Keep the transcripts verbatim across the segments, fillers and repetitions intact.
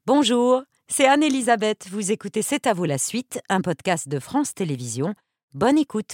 Bonjour, c'est Anne-Elisabeth. Vous écoutez C'est à vous la suite, un podcast de France Télévisions. Bonne écoute.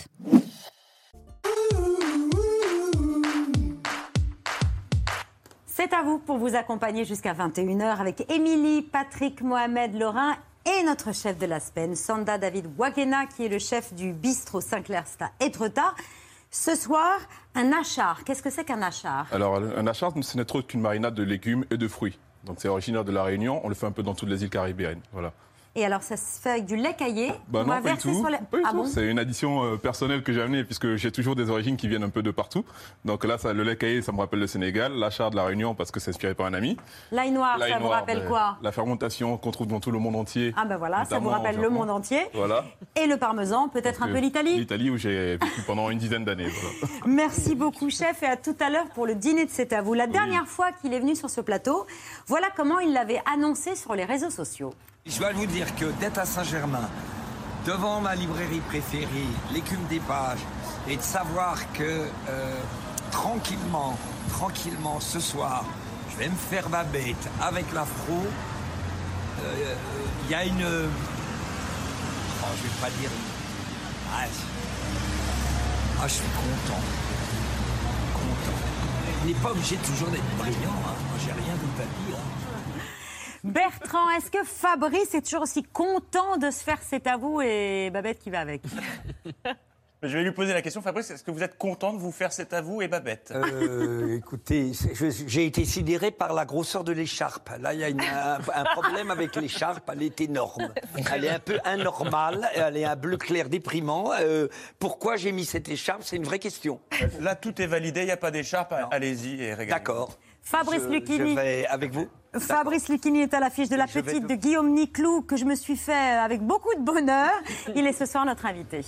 C'est à vous pour vous accompagner jusqu'à vingt et une heures avec Émilie, Patrick, Mohamed, Laurin et notre chef de la semaine, Sanda David Wagena, qui est le chef du bistrot Saint-Clair Sta Etretat. Ce soir, un achar. Qu'est-ce que c'est qu'un achar? Alors, un achar, ce n'est autre qu'une marinade de légumes et de fruits. Donc, c'est originaire de la Réunion. On le fait un peu dans toutes les îles caribéennes. Voilà. Et alors, ça se fait avec du lait caillé? Bah non, pas du tout. Sur les... Pas du ah tout. Bon, c'est une addition euh, personnelle que j'ai amenée puisque j'ai toujours des origines qui viennent un peu de partout. Donc là, ça, le lait caillé, ça me rappelle le Sénégal. L'achar de la Réunion parce que c'est inspiré par un ami. L'ail noir, L'ail ça noir, vous rappelle ben, quoi? La fermentation qu'on trouve dans tout le monde entier. Ah ben voilà, ça vous rappelle le monde entier. Voilà. Et le parmesan, peut-être un peu l'Italie? L'Italie où j'ai vécu pendant une dizaine d'années. Voilà. Merci beaucoup, chef, et à tout à l'heure pour le dîner de C'est à vous. La oui. dernière fois qu'il est venu sur ce plateau, voilà comment il l'avait annoncé sur les réseaux sociaux. Je dois vous dire que d'être à Saint-Germain, devant ma librairie préférée, l'écume des pages, et de savoir que euh, tranquillement, tranquillement, ce soir, je vais me faire ma bête avec l'afro, il euh, y a une... Oh, je vais pas dire... Ah, je, ah, je suis content. Content. On n'est pas obligé toujours d'être brillant, hein. Moi, j'ai rien d'autre à dire. Bertrand, est-ce que Fabrice est toujours aussi content de se faire C'est à vous et Babette qui va avec? Je vais lui poser la question, Fabrice, est-ce que vous êtes content de vous faire C'est à vous et Babette? euh, Écoutez, j'ai été sidéré par la grosseur de l'écharpe. Là, il y a une, un, un problème avec l'écharpe, elle est énorme. Elle est un peu anormale, elle est un bleu clair déprimant. Euh, pourquoi j'ai mis cette écharpe? C'est une vraie question. Là, tout est validé, il n'y a pas d'écharpe, allez-y et régalez. D'accord. Fabrice je, Lucchini. Je vais avec vous. Fabrice Lucchini est à l'affiche de La je Petite de Guillaume Niclou, que je me suis fait avec beaucoup de bonheur. Il est ce soir notre invité.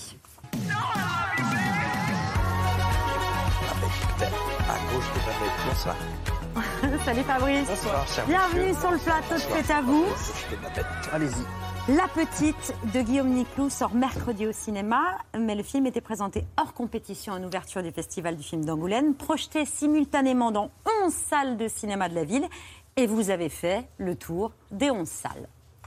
À gauche de Babette. Bonsoir. Salut Fabrice. Bonsoir, cher Bienvenue monsieur. sur le plateau de C'est à vous. Allez-y. La Petite de Guillaume Niclou sort mercredi au cinéma, mais le film était présenté hors compétition en ouverture du Festival du film d'Angoulême, projeté simultanément dans onze salles de cinéma de la ville, et vous avez fait le tour des onze salles.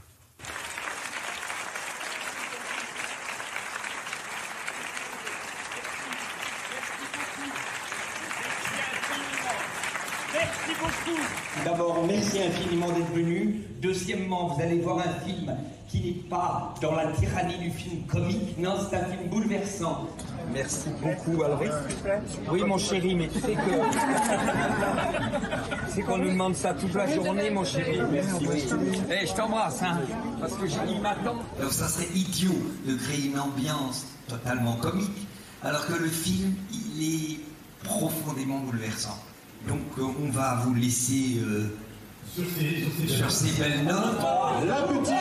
Merci beaucoup. D'abord, merci infiniment d'être venu. Deuxièmement, vous allez voir un film qui n'est pas dans la tyrannie du film comique. Non, c'est un film bouleversant. Merci beaucoup, Alric. Oui, mon chéri, mais tu sais que... c'est qu'on nous demande ça toute la journée, mon chéri. Merci. Oui. Hey, je t'embrasse, hein, parce que j'ai dit m'attend. Alors ça serait idiot de créer une ambiance totalement comique, alors que le film, il est profondément bouleversant. Donc euh, on va vous laisser euh, sur, ces, sur ces belles notes. La Petite.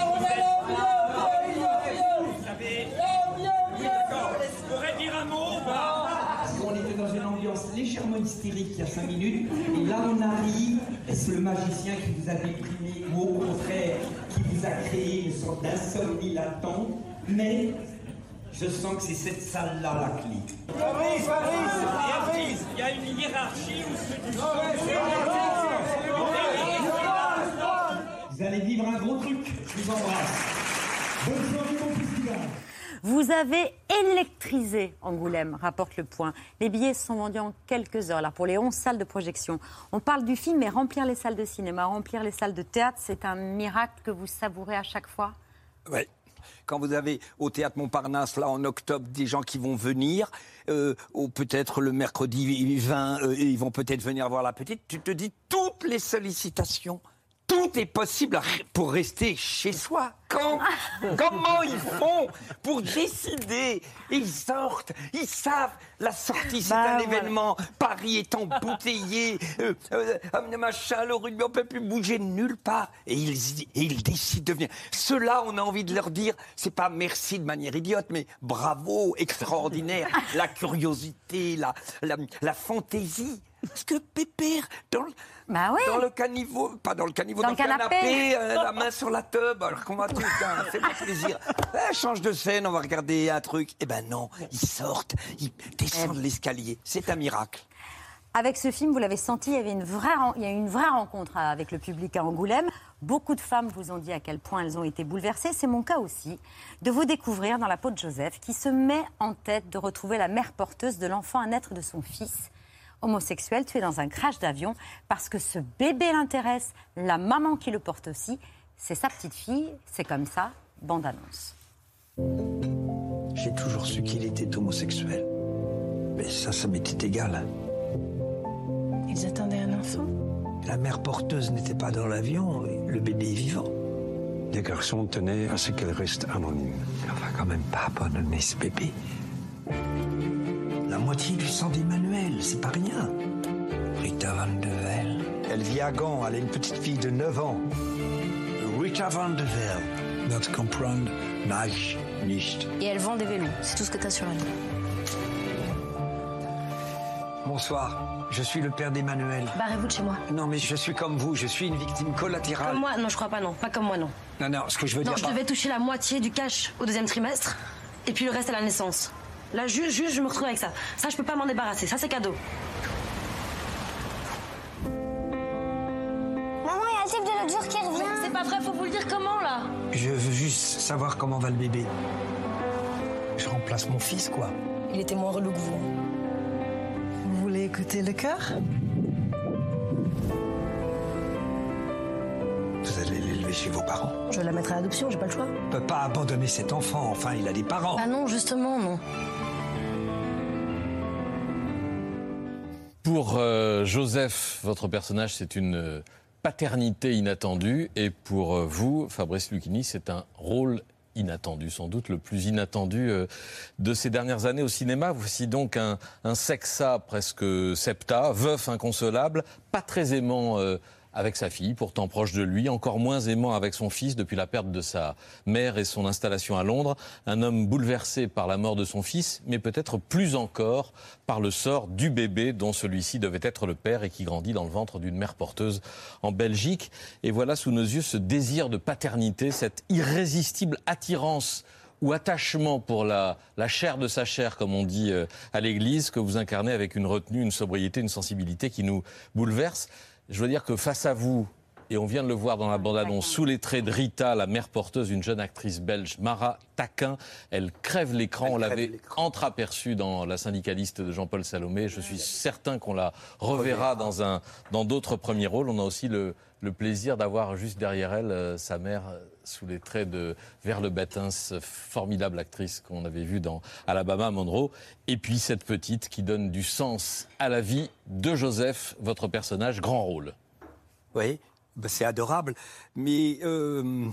Vous savez, je pourrais dire un mot. On était dans une ambiance légèrement hystérique il y a cinq minutes, et là on arrive. Est-ce le magicien qui vous a déprimé ou au contraire qui vous a créé une sorte d'insomnie latente? Mais je sens que c'est cette salle-là la clé. Fabrice, Fabrice, Fabrice, il y a une hiérarchie où ce que tu Vous allez vivre un gros truc. Je vous embrasse. Bonne soirée, bon festival. Vous avez électrisé Angoulême, rapporte Le Point. Les billets se sont vendus en quelques heures, là, pour les onze salles de projection. On parle du film, mais remplir les salles de cinéma, remplir les salles de théâtre, c'est un miracle que vous savourez à chaque fois? Oui. Quand vous avez au Théâtre Montparnasse, là, en octobre, des gens qui vont venir, euh, ou peut-être le mercredi vingt, euh, ils vont peut-être venir voir La Petite, tu te dis toutes les sollicitations, tout est possible pour rester chez soi. Quand, comment ils font pour décider? Ils sortent, ils savent, la sortie, c'est bah, un voilà. événement. Paris est embouteillé, euh, euh, machin, le rugby, on ne peut plus bouger nulle part. Et ils, et ils décident de venir. Ceux-là, on a envie de leur dire, c'est pas merci de manière idiote, mais bravo, extraordinaire. La curiosité, la, la, la fantaisie. Parce que Pépère, dans le, bah oui. dans le caniveau, pas dans le caniveau, dans, dans le canapé, canapé euh, la main sur la teub, alors qu'on va tout, hein, fais-moi plaisir. Eh, change de scène, on va regarder un truc. Eh ben non, ils sortent, ils descendent l'escalier. C'est un miracle. Avec ce film, vous l'avez senti, il y avait une vraie, il y a eu une vraie rencontre avec le public à Angoulême. Beaucoup de femmes vous ont dit à quel point elles ont été bouleversées. C'est mon cas aussi, de vous découvrir dans la peau de Joseph, qui se met en tête de retrouver la mère porteuse de l'enfant à naître de son fils homosexuel tué dans un crash d'avion parce que ce bébé l'intéresse, la maman qui le porte aussi, c'est sa petite fille, c'est comme ça, bande-annonce. J'ai toujours su qu'il était homosexuel. Mais ça, ça m'était égal. Ils attendaient un enfant. La mère porteuse n'était pas dans l'avion, le bébé est vivant. Les garçons tenaient à ce qu'elle reste anonyme. On va quand même pas abandonner ce bébé. La moitié du sang d'Emmanuel, c'est pas rien. Rita Van de Vel. Elle vit à Gand, elle a une petite fille de neuf ans. Rita Van de Vel. Not comprendre, nage, nicht. Et elle vend des vélos, c'est tout ce que t'as sur elle. Bonsoir, je suis le père d'Emmanuel. Barrez-vous de chez moi. Non, mais je suis comme vous, je suis une victime collatérale. Comme moi? Non, je crois pas, non. Pas comme moi, non. Non, non, ce que je veux non, dire... je pas... devais toucher la moitié du cash au deuxième trimestre, et puis le reste à la naissance. Là, juste, juste, je me retrouve avec ça. Ça, je peux pas m'en débarrasser, ça, c'est cadeau. Maman, il y a le type de l'autre jour qui revient. C'est pas vrai, faut vous le dire comment, là? Je veux juste savoir comment va le bébé. Je remplace mon fils, quoi. Il était moins relou que vous. Vous voulez écouter le cœur? Vous allez l'élever chez vos parents. Je vais la mettre à l'adoption, j'ai pas le choix. On peut pas abandonner cet enfant, enfin, il a des parents. Ah non, justement, non. Pour euh, Joseph, votre personnage, c'est une euh, paternité inattendue. Et pour euh, vous, Fabrice Lucchini, c'est un rôle inattendu, sans doute le plus inattendu euh, de ces dernières années au cinéma. Voici donc un, un sexa presque septa, veuf inconsolable, pas très aimant euh, avec sa fille, pourtant proche de lui, encore moins aimant avec son fils depuis la perte de sa mère et son installation à Londres. Un homme bouleversé par la mort de son fils, mais peut-être plus encore par le sort du bébé dont celui-ci devait être le père et qui grandit dans le ventre d'une mère porteuse en Belgique. Et voilà sous nos yeux ce désir de paternité, cette irrésistible attirance ou attachement pour la, la chair de sa chair, comme on dit euh, à l'église, que vous incarnez avec une retenue, une sobriété, une sensibilité qui nous bouleverse. Je veux dire que face à vous, et on vient de le voir dans la bande-annonce, sous les traits de Rita, la mère porteuse, une jeune actrice belge, Mara Taquin, elle crève l'écran. On l'avait entreaperçue dans La syndicaliste de Jean-Paul Salomé. Je suis certain qu'on la reverra dans, un, dans d'autres premiers rôles. On a aussi le, le plaisir d'avoir juste derrière elle euh, sa mère sous les traits de Verle Battens, formidable actrice qu'on avait vue dans Alabama Monroe. Et puis cette petite qui donne du sens à la vie de Joseph, votre personnage, grand rôle. Oui, ben c'est adorable, mais euh,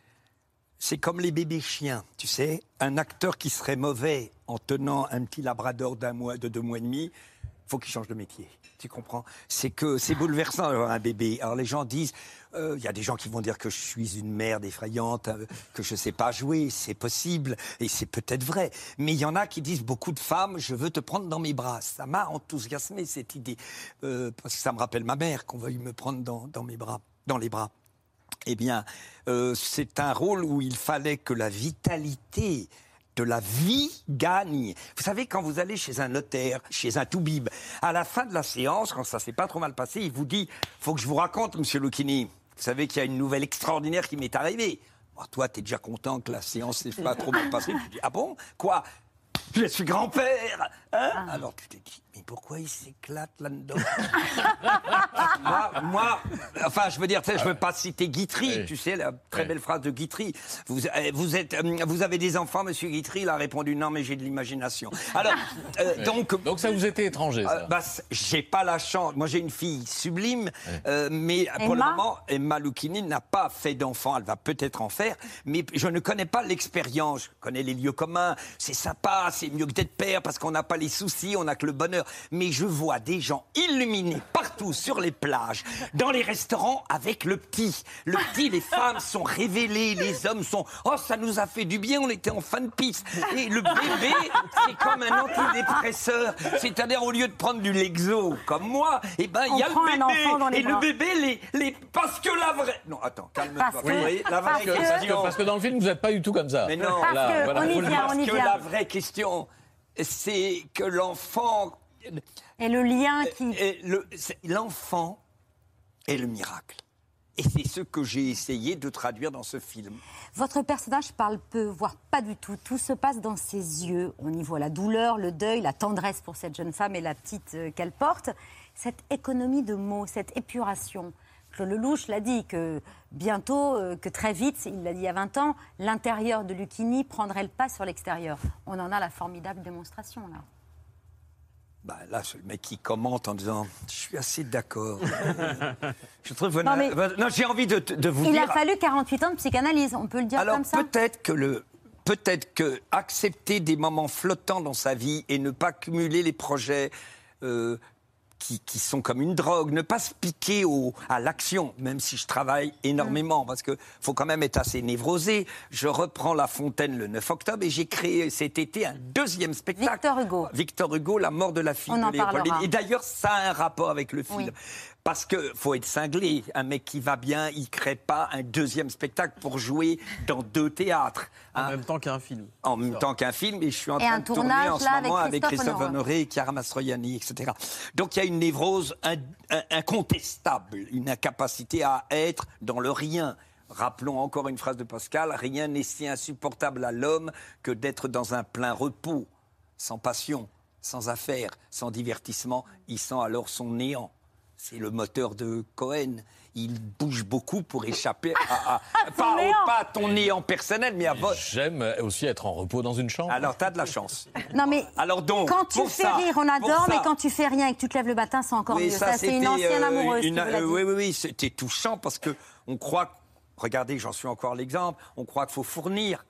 c'est comme les bébés chiens, tu sais. Un acteur qui serait mauvais en tenant un petit labrador d'un mois, de deux mois et demi, faut qu'il change de métier. Tu comprends? C'est que c'est bouleversant d'avoir un bébé. Alors les gens disent, il euh, y a des gens qui vont dire que je suis une merde effrayante, euh, que je sais pas jouer, c'est possible, et c'est peut-être vrai. Mais il y en a qui disent, beaucoup de femmes, je veux te prendre dans mes bras. Ça m'a enthousiasmé cette idée, euh, parce que ça me rappelle ma mère qu'on veuille me prendre dans, dans mes bras, dans les bras. Eh bien, euh, c'est un rôle où il fallait que la vitalité de la vie gagne. Vous savez, quand vous allez chez un notaire, chez un toubib, à la fin de la séance, quand ça s'est pas trop mal passé, il vous dit « Faut que je vous raconte, monsieur Lucchini, vous savez qu'il y a une nouvelle extraordinaire qui m'est arrivée. » Alors, toi, t'es déjà content que la séance n'ait pas trop mal passé. Tu dis « Ah bon? Quoi? Je suis grand-père, hein ?» ah. Alors tu te dis, mais pourquoi il s'éclate là-dedans? moi, moi, enfin, je veux dire, je veux pas citer Guitry, oui. Tu sais, la très oui. belle phrase de Guitry. Vous, vous, êtes, vous avez des enfants, monsieur Guitry? Il a répondu, non, mais j'ai de l'imagination. Alors, euh, oui. donc... Donc ça vous était étranger, ça? euh, bah, j'ai pas la chance. Moi, j'ai une fille sublime, oui. euh, mais Emma? Pour le moment, Emma Lucchini n'a pas fait d'enfant. Elle va peut-être en faire, mais je ne connais pas l'expérience. Je connais les lieux communs, c'est sympa, c'est mieux que d'être père parce qu'on n'a pas les soucis, on n'a que le bonheur. Mais je vois des gens illuminés partout sur les plages, dans les restaurants avec le petit. Le petit, les femmes sont révélées, les hommes sont... Oh, ça nous a fait du bien, on était en fin de piste. Et le bébé, c'est comme un antidépresseur. C'est-à-dire, au lieu de prendre du Lexo, comme moi, eh ben, il y a le bébé. Et le bébé, les, les... Parce que la vraie... Non, attends, calme-toi. Parce, que... la vraie parce, question... que... parce que dans le film, vous n'êtes pas du tout comme ça. Mais non. Parce là, que voilà. on y vient, on y Parce vient. que la vraie question... c'est que l'enfant... Et le lien qui... Et le- c'est- L'enfant est le miracle. Et c'est ce que j'ai essayé de traduire dans ce film. Votre personnage parle peu, voire pas du tout. Tout se passe dans ses yeux. On y voit la douleur, le deuil, la tendresse pour cette jeune femme et la petite euh, qu'elle porte. Cette économie de mots, cette épuration. Claude Lelouch l'a dit, que bientôt, euh, que très vite, il l'a dit il y a vingt ans, l'intérieur de Lucchini prendrait le pas sur l'extérieur. On en a la formidable démonstration, là. Bah, là, c'est le mec qui commente en disant « Je suis assez d'accord. » Je trouve... Non, mais- Non, j'ai envie de, de vous Il dire... a fallu quarante-huit ans de psychanalyse, on peut le dire Alors comme ça. peut-être que le peut-être que accepter des moments flottants dans sa vie et ne pas cumuler les projets euh, qui, qui sont comme une drogue, ne pas se piquer au, à l'action, même si je travaille énormément, parce que faut quand même être assez névrosé. Je reprends La Fontaine le neuf octobre et j'ai créé cet été un deuxième spectacle. Victor Hugo. Victor Hugo, La mort de la fille On de en Léopold. parlera. Et d'ailleurs, ça a un rapport avec le film. Oui. Parce que faut être cinglé. Un mec qui va bien, il crée pas un deuxième spectacle pour jouer dans deux théâtres. En hein. même temps qu'un film. En même temps qu'un film, et je suis en Et train un de tourner tournage, en ce là, moment avec avec Christophe Christophe Honoré. Honoré, Chiara Mastroianni, et cetera. Donc il y a une névrose in- in- incontestable, une incapacité à être dans le rien. Rappelons encore une phrase de Pascal, rien n'est si insupportable à l'homme que d'être dans un plein repos, sans passion, sans affaires, sans divertissement, il sent alors son néant. C'est le moteur de Cohen. Il bouge beaucoup pour échapper à, à- pas, néant. au- pas à ton néant personnel, mais à votre... J'aime aussi être en repos dans une chambre. Alors, t'as de la chance. Non mais Alors donc, quand tu pour fais ça, rire, on pour adore, ça- mais quand tu fais rien et que tu te lèves le matin, c'est encore Oui, mieux. Ça, c'est une c'était, ancienne euh, amoureuse une- qui vous l'a euh, dit. oui, oui, oui, c'était touchant parce que on croit, regardez, j'en suis encore l'exemple, on croit qu'il faut fournir.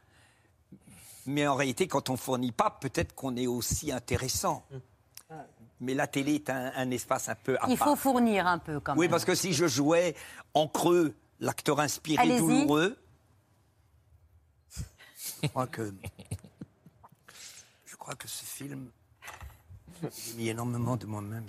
Mais en réalité, quand on fournit pas, peut-être qu'on est aussi intéressant. Mais la télé est un, un espace un peu à Il part. faut fournir un peu quand même. Oui, parce que si je jouais en creux l'acteur inspiré, Allez-y. douloureux, je crois que je crois que ce film, j'ai mis énormément de moi-même.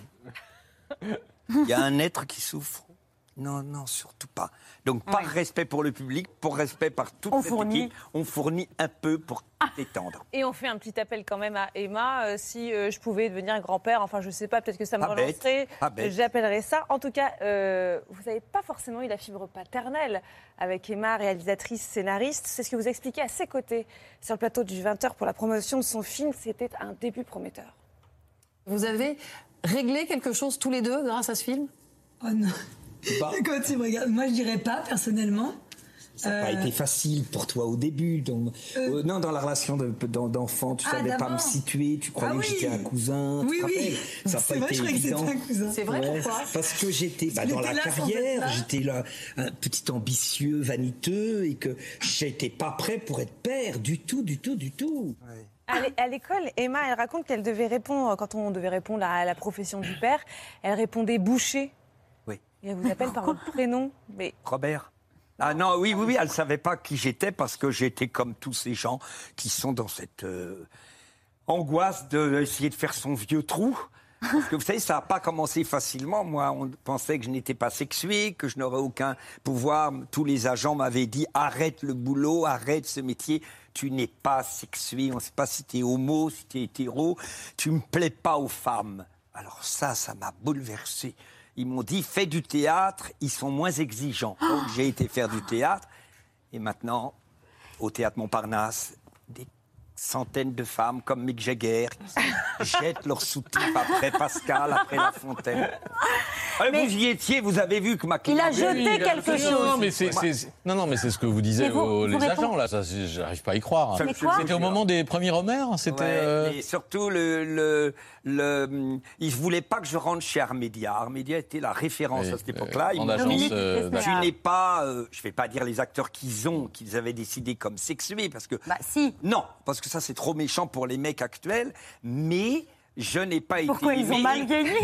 Il y a un être qui souffre. Non, non, surtout pas. Donc, par Oui. respect pour le public, pour respect par toute On cette fournit. équipe, on fournit un peu pour détendre. Et on fait un petit appel quand même à Emma. euh, si euh, je pouvais devenir grand-père, enfin je sais pas, peut-être que ça me Pas bête, relancerait. pas bête. J'appellerais ça. En tout cas, euh, vous n'avez pas forcément eu la fibre paternelle avec Emma, réalisatrice, scénariste. C'est ce que vous expliquez à ses côtés sur le plateau du vingt heures pour la promotion de son film. C'était un début prometteur. Vous avez réglé quelque chose tous les deux grâce à ce film? Oh non. Bah. Quand tu me regardes, moi je dirais pas personnellement. Ça n'a pas Euh, été facile pour toi au début. Donc, Euh, euh, non, dans la relation de- d'en- d'enfant, tu Ah, savais pas d'abord. me situer, tu croyais Ah que oui. j'étais un cousin. Oui, tu te oui. rappelles Ça n'a C'est pas vrai, été je croyais que évident. c'était un cousin. C'est vrai, Ouais, pourquoi? Parce que j'étais bah, qu'il dans était la là sans carrière, être là. j'étais là, un petit ambitieux, vaniteux, et que j'étais pas prêt pour être père du tout, du tout, du tout. À l'é- À l'école, Emma, elle raconte qu'elle devait répondre, quand on devait répondre à la profession du père, elle répondait boucher. Oui. Et elle vous appelle par votre prénom. Mais Robert. Ah non, oui, oui, oui, elle ne savait pas qui j'étais parce que j'étais comme tous ces gens qui sont dans cette euh, angoisse d'essayer de faire son vieux trou. Parce que vous savez, ça n'a pas commencé facilement. Moi, on pensait que je n'étais pas sexué, que je n'aurais aucun pouvoir. Tous les agents m'avaient dit arrête le boulot, arrête ce métier. Tu n'es pas sexué. On ne sait pas si tu es homo, si tu es hétéro. Tu ne plais pas aux femmes. Alors ça, ça m'a bouleversé. Ils m'ont dit fais du théâtre, ils sont moins exigeants. Donc j'ai été faire du théâtre. Et maintenant, au Théâtre Montparnasse, des centaines de femmes comme Mick Jagger qui jettent leur soutif après Pascal, après La Fontaine. Ah, Mais- vous y étiez, vous avez vu que ma Il a clientèle- jeté quelque chose. Non, mais c'est, c'est- non, non, mais c'est ce que vous disiez Et vous- aux vous les répondez- agents, là. Ça, c'est- j'arrive pas à y croire. Ça, Mais je quoi vous C'était au jure. moment des premiers Romers. C'était. Ouais, euh, et surtout, le, le, le, ils ne voulaient pas que je rentre chez Armédia. Armédia était la référence Oui, à cette époque-là. euh, Ils en m'ont agence, dit, euh, Dominique tu n'es pas, euh, je ne vais pas dire les acteurs qu'ils ont, qu'ils avaient décidé comme sexués, parce que... Bah si. Non, parce que ça, c'est trop méchant pour les mecs actuels, mais je n'ai pas Pourquoi été ils ont aimé. mal gagné?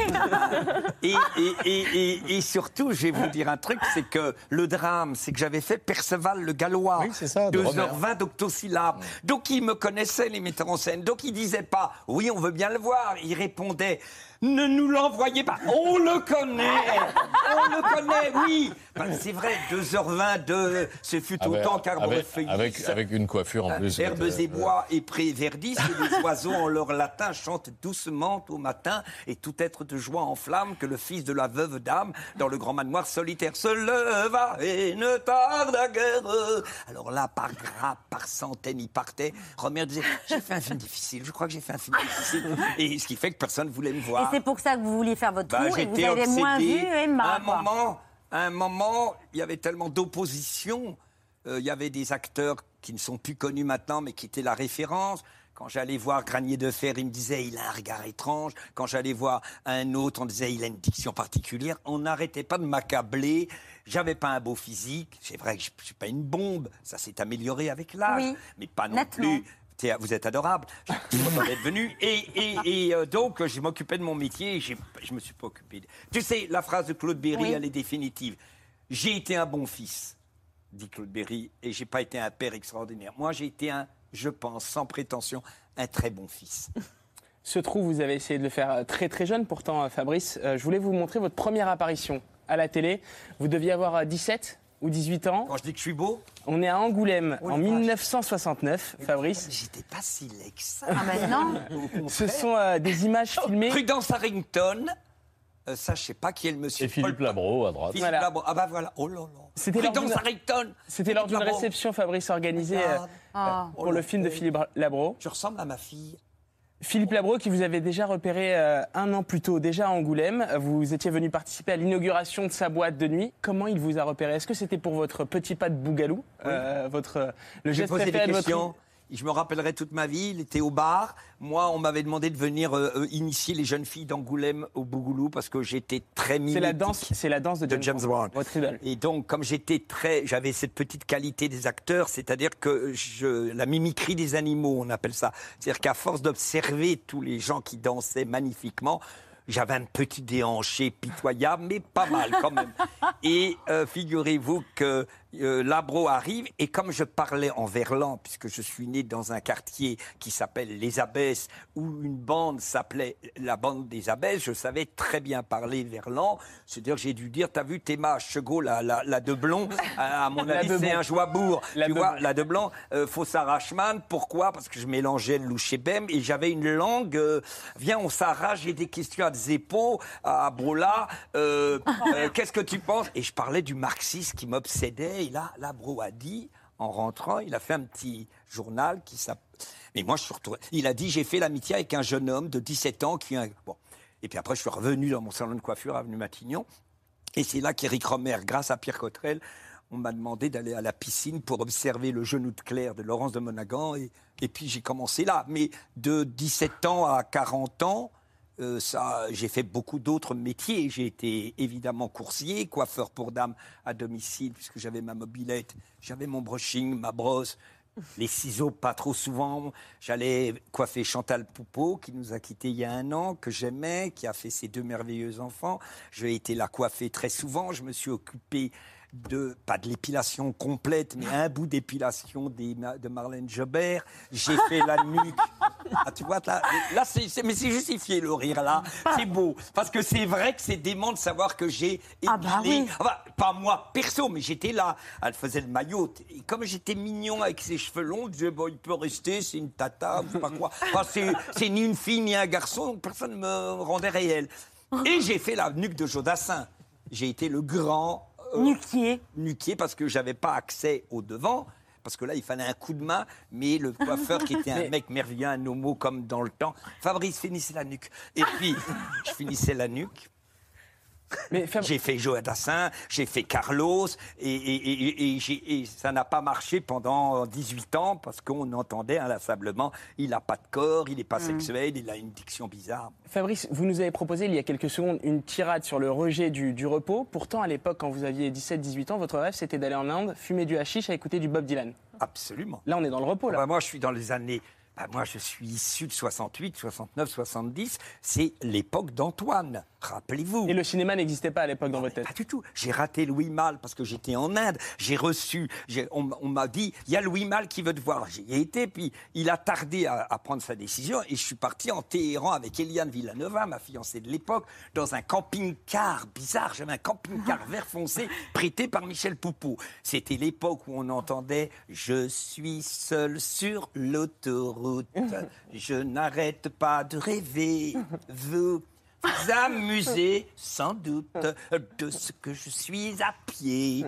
Et, et, et, et, et surtout, je vais vous dire un truc, c'est que le drame, c'est que j'avais fait Perceval le Gallois, Oui, c'est ça, de deux heures Romer. vingt d'octosyllabes. Donc ils me connaissaient, les metteurs en scène. Donc ils disaient pas, oui, on veut bien le voir. Ils répondaient, Ne nous l'envoyez pas. On le connaît. On le connaît, oui. Ben, c'est vrai, deux heures vingt-deux, ce fut Avec- autant qu'arbre avec, feuillis. avec, avec une coiffure en plus. Herbes euh, et bois et prés verdissent, et les oiseaux en leur latin chantent doucement au matin, et tout être de joie en flamme que le fils de la veuve dame, dans le grand manoir solitaire, se leva et ne tarda guère. Alors là, par grappes, par centaines, il partait. Romer disait, j'ai fait un film difficile, je crois que j'ai fait un film difficile. Et ce qui fait que personne ne voulait me Et voir. c'est pour ça que vous vouliez faire votre Bah, trou et vous j'étais avez moins vu obsédé. Emma. À un quoi. moment, à un moment, il y avait tellement d'opposition. Euh, il y avait des acteurs qui ne sont plus connus maintenant, mais qui étaient la référence. Quand j'allais voir Granier de Fer, il me disait il a un regard étrange. Quand j'allais voir un autre, on disait il a une diction particulière. On n'arrêtait pas de m'accabler. J'avais pas un beau physique. C'est vrai que je suis pas une bombe. Ça s'est amélioré avec l'âge, Oui, mais pas non nettement. plus. T'es- Vous êtes adorable. Je suis content d'être venu. Et, et, et euh, donc, je m'occupais de mon métier. Et j'ai- je me suis pas occupé. de- Tu sais, la phrase de Claude Berry, Oui. elle est définitive. J'ai été un bon fils, dit Claude Berry, et j'ai pas été un père extraordinaire. Moi, j'ai été un, je pense, sans prétention, un très bon fils. Ce trou, vous avez essayé de le faire très très jeune. Pourtant, euh, Fabrice, euh, je voulais vous montrer votre première apparition à la télé. Vous deviez avoir euh, dix-sept ou dix-huit ans. Quand je dis que je suis beau, On est à Angoulême Oh, en la vache. mille neuf cent soixante-neuf, Fabrice. j'étais pas si laid que ça. Ah, maintenant Ce sont euh, des images filmées. Prudence Harrington. Euh, ça, je sais pas qui est le monsieur. Et Philippe Labro à droite. Philippe Voilà. Labro. Ah bah voilà. Oh là là. C'était lors Prudence d'une- Harrington. C'était lors d'une Labro. réception, Fabrice, organisée euh, Regarde. Ah. Oh pour le là, film de oh. Philippe Labro. Je ressemble à ma fille. Philippe Labro, qui vous avait déjà repéré euh, un an plus tôt, déjà à Angoulême. Vous étiez venu participer à l'inauguration de sa boîte de nuit. Comment il vous a repéré? Est-ce que c'était pour votre petit pas de bougalou, euh, votre, le J'ai geste posé préféré des de votre... questions. Je me rappellerai toute ma vie. Il était au bar. Moi, on m'avait demandé de venir euh, euh, initier les jeunes filles d'Angoulême au bougoulou parce que j'étais très mimétique. C'est la danse, c'est la danse de James, de James Bond. votre idole. Et donc, comme j'étais très, j'avais cette petite qualité des acteurs, c'est-à-dire que je, la mimicrie des animaux, on appelle ça. C'est-à-dire qu'à force d'observer tous les gens qui dansaient magnifiquement, j'avais un petit déhanché pitoyable, mais pas mal quand même. Et euh, figurez-vous que euh, Labro arrive, et comme je parlais en verlan, puisque je suis né dans un quartier qui s'appelle Les Abbesses, où une bande s'appelait la bande des Abbesses, je savais très bien parler verlan. C'est-à-dire que j'ai dû dire, t'as vu Théma Chego, la, la, la de blond, à, à mon La avis, de c'est blond. un joibourg. La Tu de vois, blond. la de blanc, euh, Fossa Rachman. Pourquoi? Parce que je mélangeais le louchébem et j'avais une langue. euh, viens, on s'arrache, j'ai des questions à Zeppo, à Brola. Euh, euh, Qu'est-ce que tu penses? Et je parlais du marxisme qui m'obsédait. Et là, là, Bro a dit, en rentrant, il a fait un petit journal qui s'appelle. Mais moi, je suis retourné. Il a dit, j'ai fait l'amitié avec un jeune homme de dix-sept ans qui. Bon. Et puis après, je suis revenu dans mon salon de coiffure, avenue Matignon. Et c'est là qu'Éric Romer, grâce à Pierre Cottrell, on m'a demandé d'aller à la piscine pour observer le genou de Claire de Laurence de Monagan. Et, et puis j'ai commencé là. Mais de dix-sept ans à quarante ans, euh, ça, j'ai fait beaucoup d'autres métiers. J'ai été évidemment coursier, coiffeur pour dames à domicile, puisque j'avais ma mobilette, j'avais mon brushing, ma brosse. Les ciseaux, pas trop souvent. J'allais coiffer Chantal Poupeau, qui nous a quittés il y a un an, que j'aimais, qui a fait ses deux merveilleux enfants. J'ai été la coiffer très souvent. Je me suis occupé de, pas de l'épilation complète, mais un bout d'épilation des- de Marlène Jobert. J'ai fait la nuque. Ah, tu vois, là, là c'est, c'est- mais c'est justifié le rire, là. C'est beau. Parce que c'est vrai que c'est dément de savoir que j'ai épilé. Ah bah oui. Enfin, pas moi, perso, mais j'étais là. Elle faisait le maillot. Et comme j'étais mignon avec ses cheveux longs, je disais, bon, il peut rester, c'est une tata, je sais pas quoi. Enfin, c'est, c'est ni une fille ni un garçon, donc personne ne me rendait réel. Et j'ai fait la nuque de Jodassin. J'ai été le grand euh, Nuquier. nuquier parce que j'avais pas accès au devant. Parce que là, il fallait un coup de main, mais le coiffeur, qui était un mec merveilleux, un homo comme dans le temps, Fabrice finissait la nuque. Et puis, je finissais la nuque. Mais Fab- J'ai fait Joe Dassin, j'ai fait Carlos, et, et, et, et j'ai- et ça n'a pas marché pendant dix-huit ans, parce qu'on entendait inlassablement, il n'a pas de corps, il n'est pas sexuel, il a une diction bizarre. Fabrice, vous nous avez proposé il y a quelques secondes une tirade sur le rejet du, du repos. Pourtant, à l'époque, quand vous aviez dix-sept dix-huit ans, votre rêve, c'était d'aller en Inde, fumer du hashish et écouter du Bob Dylan. Absolument. Là, on est dans le repos, là. Bah, moi, je suis dans les années... bah, moi, je suis issu de soixante-huit, soixante-neuf, soixante-dix. C'est l'époque d'Antoine, rappelez-vous. Et le cinéma n'existait pas à l'époque dans votre tête? Pas du tout. J'ai raté Louis Malle parce que j'étais en Inde. J'ai reçu, j'ai, on, on m'a dit, il y a Louis Malle qui veut te voir. J'y ai été, puis il a tardé à, à prendre sa décision. Et je suis parti en Téhéran avec Eliane Villanova, ma fiancée de l'époque, dans un camping-car bizarre. J'avais un camping-car vert foncé prêté par Michel Poupeau. C'était l'époque où on entendait « Je suis seul sur l'autoroute ». Je n'arrête pas de rêver, vous vous amusez sans doute de ce que je suis à pied.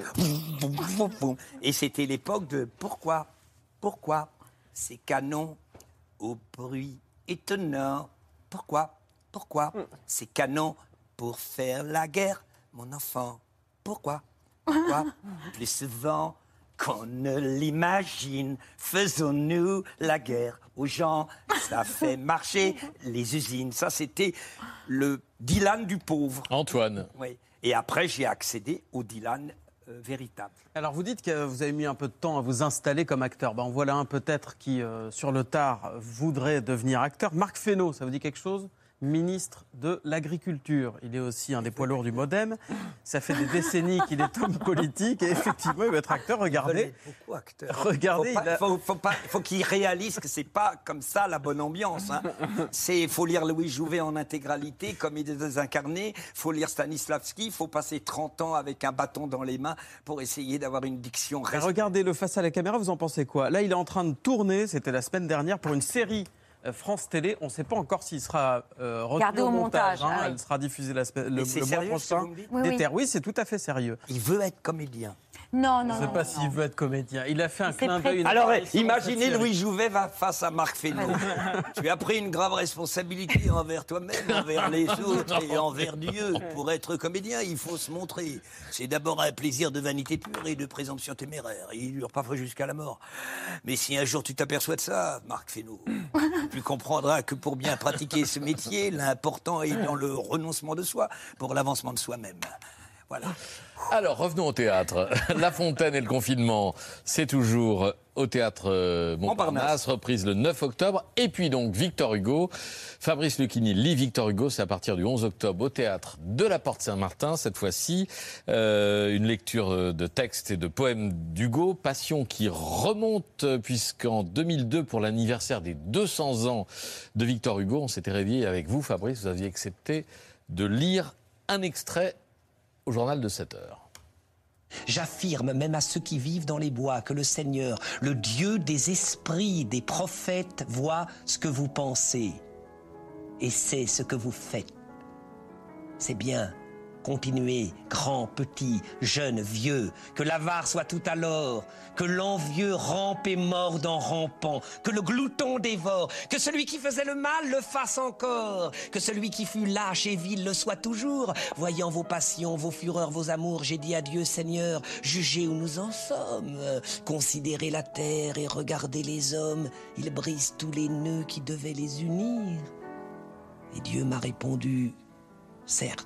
Et c'était l'époque de pourquoi, pourquoi ces canons au bruit étonnant, pourquoi, pourquoi ces canons pour faire la guerre, mon enfant, pourquoi, pourquoi plus souvent qu'on ne l'imagine, faisons-nous la guerre aux gens, ça fait marcher les usines. Ça, c'était le Dylan du pauvre. Antoine. Oui. Et après, j'ai accédé au Dylan euh, véritable. Alors, vous dites que vous avez mis un peu de temps à vous installer comme acteur. Ben, en voilà un peut-être qui, euh, sur le tard, voudrait devenir acteur. Marc Fesneau, ça vous dit quelque chose ? Ministre de l'Agriculture. Il est aussi un des poids lourds du MoDem. Ça fait des décennies qu'il est homme politique et effectivement, il va être acteur. Regardez. Beaucoup acteur. Regardez. Il faut, pas, faut, faut, pas, faut qu'il réalise que c'est pas comme ça la bonne ambiance. Hein. C'est, faut lire Louis Jouvet en intégralité, comme il est désincarné. Faut lire Stanislavski. Il faut passer trente ans avec un bâton dans les mains pour essayer d'avoir une diction. Rest... Regardez-le face à la caméra. Vous en pensez quoi? Là, il est en train de tourner. C'était la semaine dernière pour une série. France Télé, on ne sait pas encore s'il sera euh, retenu au montage. montage hein, ah oui. Elle sera diffusée la le, le mois prochain. Oui, oui. oui, c'est tout à fait sérieux. Il veut être comédien. Non, non, Je ne sais pas s'il veut être comédien. Il a fait un clin d'œil. Alors, imaginez Louis Jouvet va face à Marc Fesneau. Tu as pris une grave responsabilité envers toi-même, envers les autres et envers Dieu. Pour être comédien, il faut se montrer. C'est d'abord un plaisir de vanité pure et de présomption téméraire. Il dure parfois jusqu'à la mort. Mais si un jour tu t'aperçois de ça, Marc Fesneau, tu comprendras que pour bien pratiquer ce métier, l'important est dans le renoncement de soi pour l'avancement de soi-même. Voilà. Alors, revenons au théâtre. La Fontaine et le confinement, c'est toujours au théâtre Montparnasse, reprise le neuf octobre. Et puis donc, Victor Hugo. Fabrice Lucchini lit Victor Hugo, c'est à partir du onze octobre au théâtre de la Porte Saint-Martin. Cette fois-ci, euh, une lecture de textes et de poèmes d'Hugo. Passion qui remonte, puisqu'en deux mille deux, pour l'anniversaire des deux cents ans de Victor Hugo, on s'était réveillé avec vous, Fabrice, vous aviez accepté de lire un extrait au journal de sept heures. J'affirme même à ceux qui vivent dans les bois que le Seigneur, le Dieu des esprits, des prophètes, voit ce que vous pensez et sait ce que vous faites. C'est bien. Continuez, grands, petits, jeunes, vieux, que l'avare soit tout à l'or, que l'envieux rampe et morde en rampant, que le glouton dévore, que celui qui faisait le mal le fasse encore, que celui qui fut lâche et vil le soit toujours. Voyant vos passions, vos fureurs, vos amours, j'ai dit adieu, Seigneur, jugez où nous en sommes, considérez la terre et regardez les hommes, ils brisent tous les nœuds qui devaient les unir. Et Dieu m'a répondu, certes,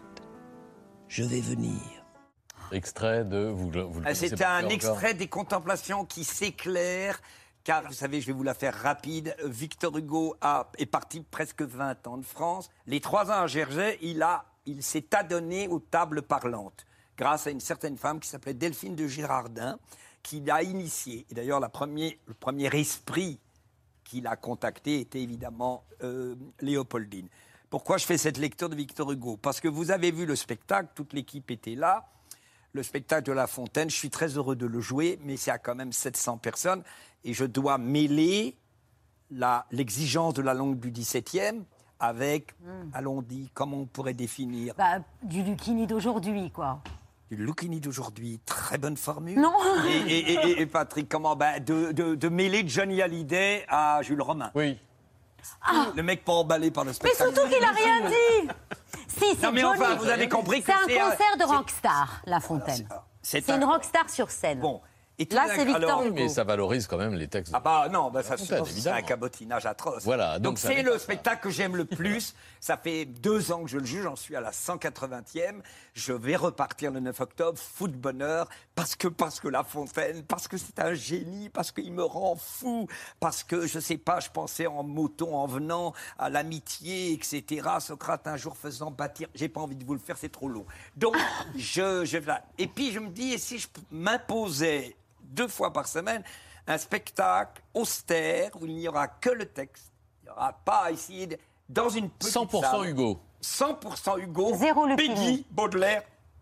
je vais venir. Extrait de... Vous, vous le C'est un extrait encore. Des Contemplations qui s'éclairent, car vous savez, je vais vous la faire rapide. Victor Hugo a, est parti presque vingt ans de France. Les trois ans à Gergey, il, a, il s'est adonné aux tables parlantes, grâce à une certaine femme qui s'appelait Delphine de Girardin, qui l'a initié. Et d'ailleurs, la premier, le premier esprit qu'il a contacté était évidemment euh, Léopoldine. Pourquoi je fais cette lecture de Victor Hugo? Parce que vous avez vu le spectacle, toute l'équipe était là. Le spectacle de La Fontaine, je suis très heureux de le jouer, mais c'est à quand même sept cents personnes. Et je dois mêler la, l'exigence de la langue du dix-septième avec, mmh. allons dire, comment on pourrait définir bah, du Lucchini d'aujourd'hui, quoi. Du Lucchini d'aujourd'hui, très bonne formule. Non. Et, et, et, et Patrick, comment bah, de, de, de mêler Johnny Hallyday à Jules Romain. Oui. Ah. Le mec pas emballé par le spectacle. Mais surtout qu'il n'a rien dit. Si, c'est non mais Johnny. Enfin, vous avez compris que c'est un c'est concert un... de rockstar, La Fontaine. C'est, c'est, c'est un... une rockstar sur scène. Bon, Et tout Là, d'un- c'est Victor alors- Hugo. Mais ça valorise quand même les textes. Ah bah non, bah ça La Fontaine, c'est c'est évidemment. un cabotinage atroce. Voilà, donc donc ça c'est n'est le pas ça. spectacle que j'aime le plus. Ça fait deux ans que je le juge, j'en suis à la cent quatre-vingtième. Je vais repartir le neuf octobre, fou de bonheur, parce que, parce que La Fontaine, parce que c'est un génie, parce qu'il me rend fou, parce que, je sais pas, je pensais en moto en venant à l'amitié, et cetera. Socrate un jour faisant bâtir, j'ai pas envie de vous le faire, c'est trop long. Donc, je, je, là. Et puis je me dis, et si je m'imposais deux fois par semaine un spectacle austère où il n'y aura que le texte, il n'y aura pas ici, dans une petite cent pour cent salle, Hugo. cent pour cent Hugo, Zéro le Peggy, Fini. Baudelaire,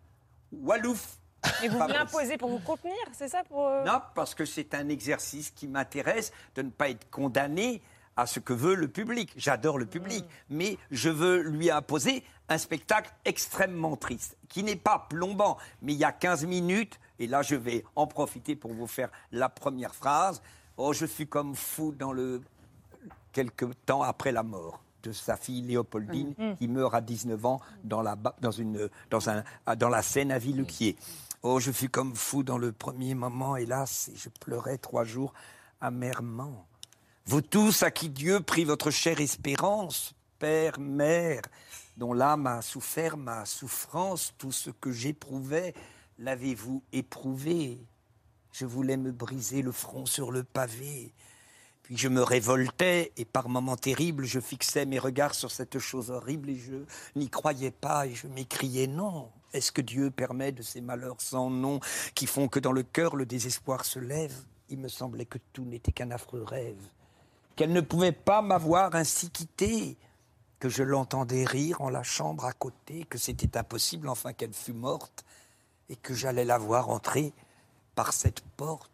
Wallouf. Et vous Fabrice. l'imposez pour vous contenir, c'est ça pour... euh, Non, parce que c'est un exercice qui m'intéresse de ne pas être condamné à ce que veut le public. J'adore le public, mais je veux lui imposer un spectacle extrêmement triste, qui n'est pas plombant, mais il y a quinze minutes, et là je vais en profiter pour vous faire la première phrase. Oh, je suis comme fou dans le... quelque temps après la mort de sa fille Léopoldine, Mhm. qui meurt à dix-neuf ans dans la, ba- dans une, dans un, dans la Seine à Villequier. Oh, je fus comme fou dans le premier moment, hélas, et je pleurais trois jours amèrement. Vous tous à qui Dieu prit votre chère espérance, père, mère, dont l'âme a souffert ma souffrance, tout ce que j'éprouvais, l'avez-vous éprouvé? Je voulais me briser le front sur le pavé. Puis je me révoltais, et par moments terribles, je fixais mes regards sur cette chose horrible, et je n'y croyais pas, et je m'écriais non. Est-ce que Dieu permet de ces malheurs sans nom, qui font que dans le cœur le désespoir se lève? Il me semblait que tout n'était qu'un affreux rêve, qu'elle ne pouvait pas m'avoir ainsi quitté, que je l'entendais rire en la chambre à côté, que c'était impossible enfin qu'elle fût morte, et que j'allais la voir entrer par cette porte.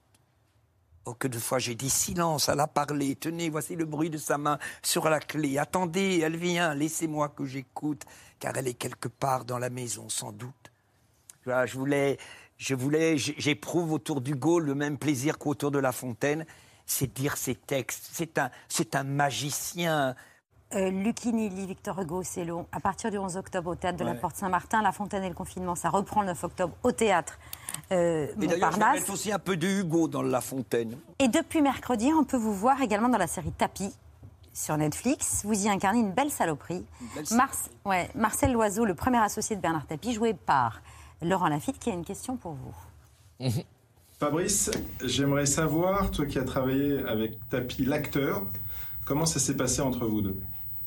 Oh, que de fois j'ai dit silence, elle a parlé, tenez, voici le bruit de sa main sur la clé, attendez, elle vient, laissez-moi que j'écoute, car elle est quelque part dans la maison, sans doute. Voilà, je voulais, je voulais, j'éprouve autour d'Hugo le même plaisir qu'autour de La Fontaine, c'est dire ses textes, c'est un, c'est un magicien. Euh, Lucchini lit Victor Hugo, c'est long. À partir du onze octobre au Théâtre de la Ouais. Porte Saint-Martin, La Fontaine et le confinement, ça reprend le neuf octobre au Théâtre euh, Et d'ailleurs, je vais Montparnasse. mettre aussi un peu de Hugo dans La Fontaine. Et depuis mercredi, on peut vous voir également dans la série Tapis sur Netflix. Vous y incarnez une belle saloperie. belle Mar- ouais, Marcel Loiseau, le premier associé de Bernard Tapie, joué par Laurent Lafitte, qui a une question pour vous. Fabrice, j'aimerais savoir, toi qui as travaillé avec Tapie, l'acteur, comment ça s'est passé entre vous deux?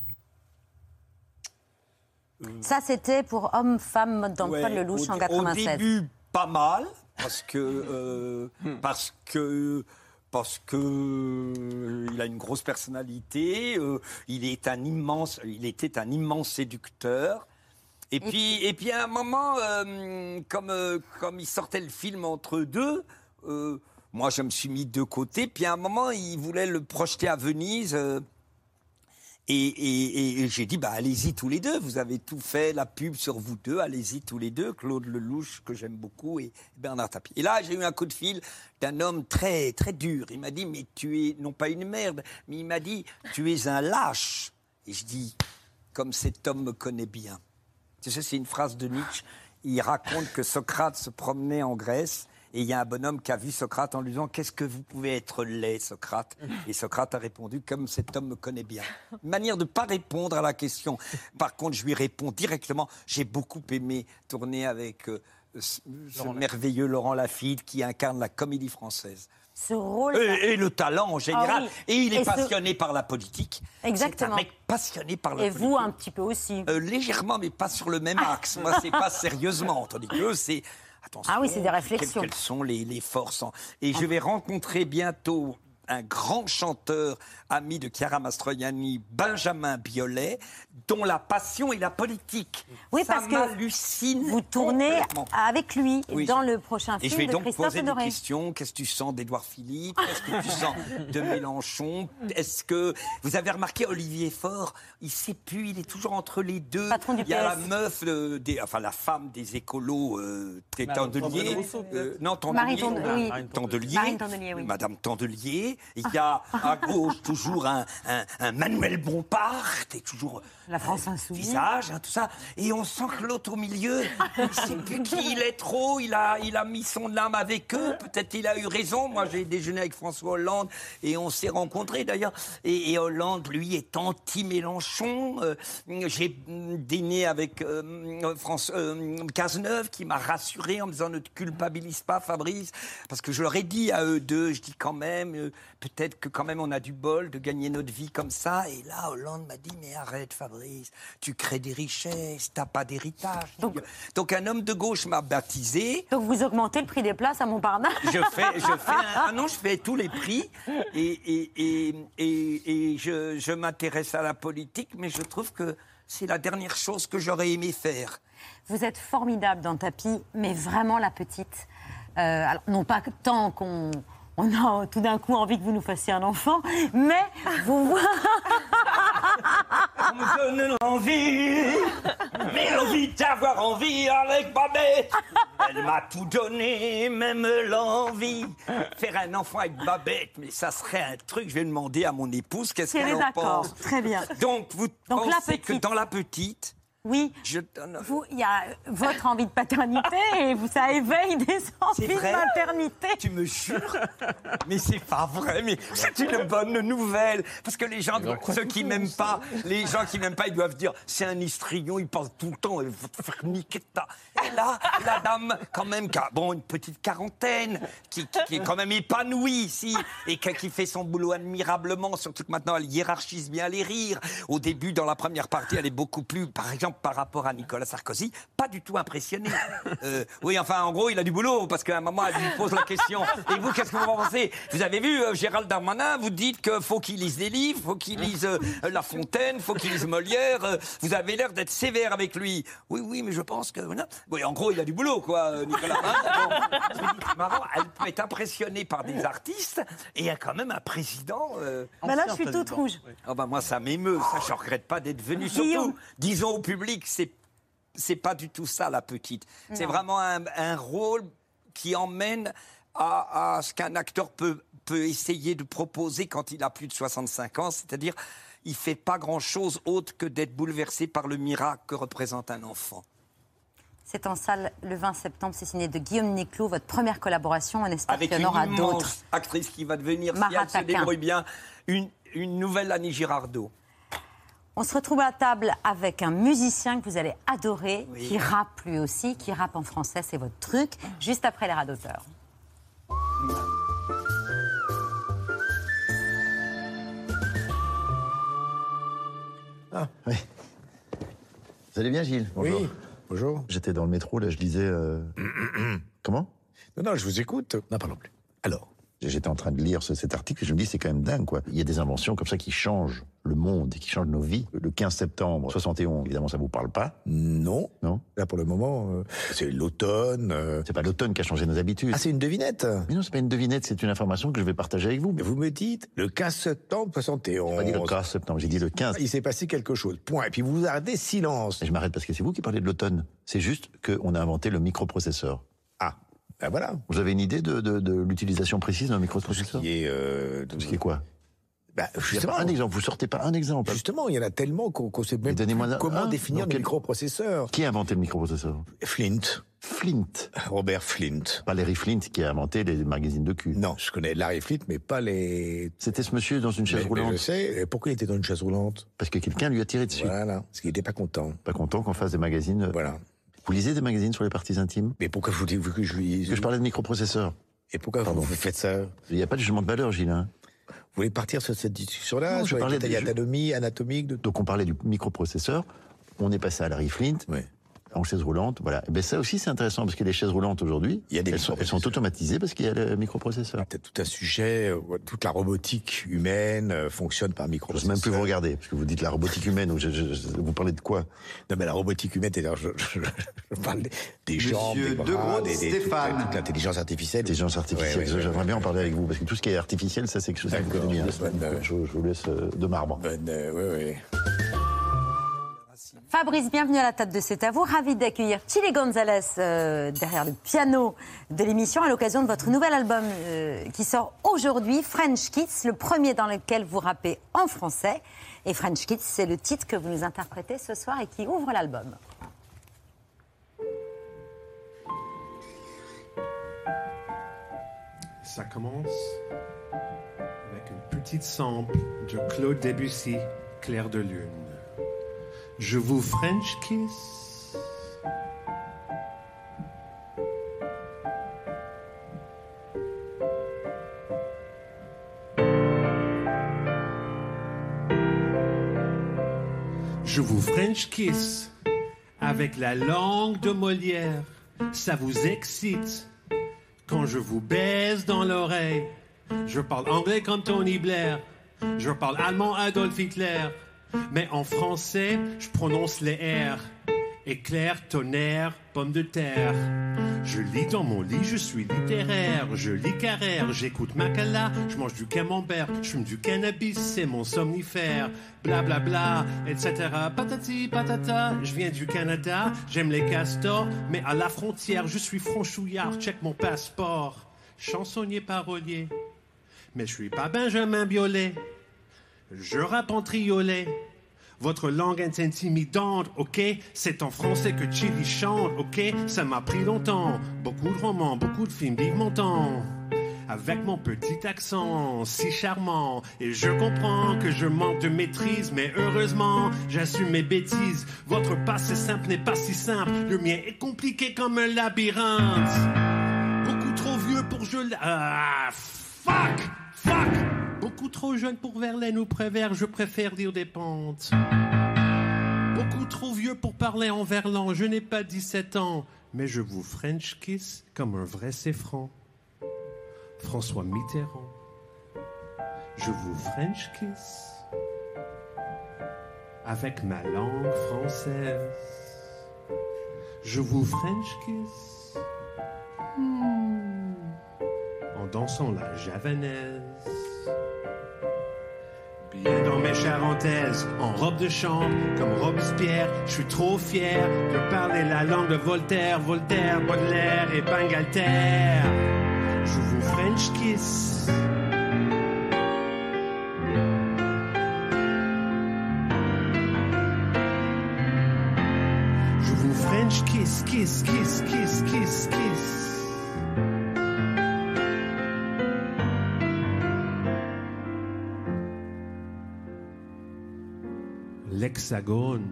Ça, c'était pour Homme, Femme, mode d'emploi Ouais, de Lelouch au, en quatre-vingt-sept. Au début, pas mal, parce que, euh, parce que, parce que euh, il a une grosse personnalité. Euh, il est un immense, il était un immense séducteur. Et puis, et puis à un moment, euh, comme, euh, comme il sortait le film entre deux, euh, moi je me suis mis de côté. Puis à un moment, il voulait le projeter à Venise. Euh, Et, et, et j'ai dit, bah, allez-y tous les deux, vous avez tout fait, la pub sur vous deux, allez-y tous les deux, Claude Lelouch, que j'aime beaucoup, et Bernard Tapie. Et là, j'ai eu un coup de fil d'un homme très, très dur. Il m'a dit, mais tu es, non pas une merde, mais il m'a dit, tu es un lâche. Et je dis, comme cet homme me connaît bien. Tu sais, c'est une phrase de Nietzsche. Il raconte que Socrate se promenait en Grèce, et il y a un bonhomme qui a vu Socrate en lui disant « Qu'est-ce que vous pouvez être laid, Socrate ?» Et Socrate a répondu « Comme cet homme me connaît bien ». Une manière de ne pas répondre à la question. Par contre, je lui réponds directement. J'ai beaucoup aimé tourner avec euh, ce, ce merveilleux Laurent Lafitte qui incarne la comédie française. Ce rôle... Et, et le talent en général. Ah oui. Et il est Et ce- passionné par la politique. Exactement. C'est un mec passionné par la Et politique. vous, un petit peu aussi. Euh, légèrement, mais pas sur le même axe. Moi, c'est pas sérieusement. Tandis que eux, c'est... Attention, Ah oui, c'est des réflexions. Quelles, quelles sont les, les forces en- Et je vais rencontrer bientôt un grand chanteur, ami de Chiara Mastroianni, Benjamin Biolay, dont la passion est la politique. Oui, Ça parce que m'hallucine vous tournez complètement. avec lui Oui. dans le prochain Et film je vais de donc Christophe poser des Honoré. questions. Qu'est-ce que tu sens d'Édouard Philippe? Qu'est-ce que tu sens de Mélenchon? Est-ce que vous avez remarqué Olivier Faure? Il ne sait plus, il est toujours entre les deux. Patron du il y a la P S. meuf, euh, des, enfin la femme des écolos, euh, Marie Tandelier. Tondelier. Euh, non, Marie Tondelier. Tondelier, oui. Tondelier. Marine Tondelier, oui. Madame Tondelier. Il y a à gauche toujours un, un, un Manuel Bompard, et toujours la France insoumise, visage, hein, tout ça. Et on sent que l'autre au milieu, il ne sait plus qui il est trop. Il a, il a mis son âme avec eux. Peut-être qu'il a eu raison. Moi, j'ai déjeuné avec François Hollande et on s'est rencontrés d'ailleurs. Et, et Hollande, lui, est anti-Mélenchon. Euh, j'ai dîné avec euh, France, euh, Cazeneuve qui m'a rassuré en me disant ne te culpabilise pas, Fabrice, parce que je leur ai dit à eux deux, je dis quand même, euh, peut-être que quand même on a du bol de gagner notre vie comme ça. Et là, Hollande m'a dit mais arrête, Fabrice. Tu crées des richesses, t'as pas d'héritage. Donc, donc un homme de gauche m'a baptisé. Donc vous augmentez le prix des places à Montparnasse. Je fais, je fais, un, ah non, je fais tous les prix et et et et, et je, je m'intéresse à la politique, mais je trouve que c'est la dernière chose que j'aurais aimé faire. Vous êtes formidable dans Tapis, mais vraiment la petite. Euh, alors non pas tant qu'on on a tout d'un coup envie que vous nous fassiez un enfant, mais vous On me donne l'envie, mais l'envie d'avoir envie avec Babette. Elle m'a tout donné, même l'envie. Faire un enfant avec Babette, mais ça serait un truc. Je vais demander à mon épouse qu'est-ce qu'elle en pense. Très bien. Donc vous Donc, pensez que dans La Petite, oui, je donne... vous, il y a votre envie de paternité et vous, ça éveille des envies de maternité. Tu me jures? Mais c'est pas vrai, mais c'est une bonne nouvelle. Parce que les gens, ceux qui m'aiment pas, les gens qui m'aiment pas, ils doivent dire c'est un histrion, il parle tout le temps, il va te faire niquer ta. Et là, la dame, quand même, qui a bon, une petite quarantaine, qui, qui, qui est quand même épanouie ici, et qui, qui fait son boulot admirablement, surtout que maintenant elle hiérarchise bien les rires. Au début, dans la première partie, elle est beaucoup plus, par exemple, par rapport à Nicolas Sarkozy, pas du tout impressionné. Euh, oui, enfin, en gros, il a du boulot, parce qu'à un moment, elle lui pose la question. Et vous, qu'est-ce que vous en pensez? Vous avez vu, euh, Gérald Darmanin, vous dites qu'il faut qu'il lise des livres, faut qu'il lise euh, La Fontaine, faut qu'il lise Molière. Euh, vous avez l'air d'être sévère avec lui. Oui, oui, mais je pense que... Voilà. Oui, en gros, il a du boulot, quoi, Nicolas. Hein, bon, je me dis, c'est marrant, elle peut être impressionnée par des artistes, et il y a quand même un président... Euh, Mais là, je suis toute rouge. Oh ben, moi, ça m'émeut, ça, je ne regrette pas d'être venu. Surtout, disons au public, c'est c'est pas du tout ça, La Petite. C'est vraiment un, un rôle qui emmène à, à ce qu'un acteur peut, peut essayer de proposer quand il a plus de soixante-cinq ans, c'est-à-dire il fait pas grand-chose autre que d'être bouleversé par le miracle que représente un enfant. C'est en salle le vingt septembre, c'est signé de Guillaume Niclou, votre première collaboration, on espère qu'il y en aura d'autres. Avec une immense actrice qui va devenir, si elle se débrouille bien, une, une nouvelle Annie Girardot. On se retrouve à table avec un musicien que vous allez adorer, oui. qui rappe lui aussi, qui rappe en français, c'est votre truc, juste après les radoteurs. Ah, oui. Vous allez bien, Gilles? Bonjour. Oui, bonjour. J'étais dans le métro, là, je lisais... Euh... Comment? Non, non, je vous écoute. Non, pas non plus. Alors? J'étais en train de lire ce, cet article et je me dis c'est quand même dingue, quoi. Il y a des inventions comme ça qui changent le monde et qui changent nos vies. Le quinze septembre soixante et onze, évidemment, ça vous parle pas? Non. Non. Là, pour le moment, euh, c'est l'automne. Euh... C'est pas l'automne qui a changé nos habitudes. Ah, c'est une devinette? Mais non, c'est pas une devinette, c'est une information que je vais partager avec vous. Mais vous me dites le quinze septembre soixante et onze. J'ai pas dit le quinze septembre, j'ai dit le quinze. Il s'est passé quelque chose, point. Et puis vous vous arrêtez, silence. Et je m'arrête parce que c'est vous qui parlez de l'automne. C'est juste qu'on a inventé le microprocesseur. Ah. Ben voilà. Vous avez une idée de, de, de l'utilisation précise d'un microprocesseur? Tout ce qui est... Euh, Tout ce qui est quoi? Bah, justement, un exemple, vous sortez pas un exemple. Justement, il y en a tellement qu'on ne sait même plus comment un, définir le microprocesseur. Qui a inventé le microprocesseur? Flint. Flint. Robert Flint. Pas Larry Flint qui a inventé les magazines de cul. Non, je connais Larry Flint, mais pas les... C'était ce monsieur dans une chaise mais, roulante. Mais je sais. Et pourquoi il était dans une chaise roulante? Parce que quelqu'un lui a tiré dessus. Voilà, parce qu'il n'était pas content. Pas content qu'on fasse des magazines... Voilà. Vous lisez des magazines sur les parties intimes? Mais pourquoi vous dites que je lise? Que je parlais de microprocesseurs. Et pourquoi Pardon. vous faites ça? Il n'y a pas de jugement de valeur, Gilles. Hein. Vous voulez partir sur cette discussion-là, sur les détails anatomiques, anatomiques de... Donc on parlait du microprocesseur, on est passé à Larry Flint, oui. en chaise roulante, voilà. Et ben ça aussi c'est intéressant parce que les chaises roulantes aujourd'hui, elles, elles sont automatisées parce qu'il y a le microprocesseur. C'est tout un sujet, toute la robotique humaine fonctionne par microprocesseur. Je n'ose même plus vous regarder, parce que vous dites la robotique humaine, je, je, je, vous parlez de quoi? Non mais la robotique humaine, je, je, je parle des, des jambes, des bras, de Gros, des, des, Stéphane. toute, toute l'intelligence artificielle. L'intelligence artificielle, ouais, ouais, ouais, j'aimerais bien en parler avec vous, parce que tout ce qui est artificiel, ça c'est quelque chose que vous connaissez bien. Je, je vous laisse de marbre. Bonne, euh, ouais, ouais. Fabrice, bienvenue à la table de C'est à vous. Ravi d'accueillir Chili Gonzalez euh, derrière le piano de l'émission à l'occasion de votre nouvel album euh, qui sort aujourd'hui, French Kiss, le premier dans lequel vous rappez en français. Et French Kiss, c'est le titre que vous nous interprétez ce soir et qui ouvre l'album. Ça commence avec une petite sample de Claude Debussy, Clair de lune. Je vous French kiss. Je vous French kiss avec la langue de Molière. Ça vous excite quand je vous baise dans l'oreille. Je parle anglais comme Tony Blair. Je parle allemand Adolf Hitler. Mais en français, je prononce les R. Éclair, tonnerre, pomme de terre. Je lis dans mon lit, je suis littéraire. Je lis Carrère, j'écoute Macala. Je mange du camembert, je fume du cannabis, c'est mon somnifère. Blablabla, bla, bla, et cetera. Patati, patata, je viens du Canada. J'aime les castors, mais à la frontière, je suis franchouillard. Check mon passeport. Chansonnier parolier. Mais je suis pas Benjamin Biolay. Je rappe en triolet. Votre langue est intimidante, ok? C'est en français que Chili chante, ok? Ça m'a pris longtemps. Beaucoup de romans, beaucoup de films d'Yves Montand. Avec mon petit accent si charmant. Et je comprends que je manque de maîtrise, mais heureusement, j'assume mes bêtises. Votre passé simple n'est pas si simple. Le mien est compliqué comme un labyrinthe. Beaucoup trop vieux pour je... Ah, fuck! Fuck! Beaucoup trop jeune pour Verlaine ou Prévert, je préfère dire des pentes. Beaucoup trop vieux pour parler en verlan, je n'ai pas dix-sept ans, mais je vous French kiss comme un vrai séfran. François Mitterrand. Je vous French kiss avec ma langue française. Je vous French kiss hmm. en dansant la javanaise. Bien dans mes charentaises, en robe de chambre, comme Robespierre, je suis trop fier de parler la langue de Voltaire, Voltaire, Baudelaire et Bangalter. Je vous French kiss. Je vous French kiss, kiss, kiss, kiss, kiss, kiss. L'hexagone,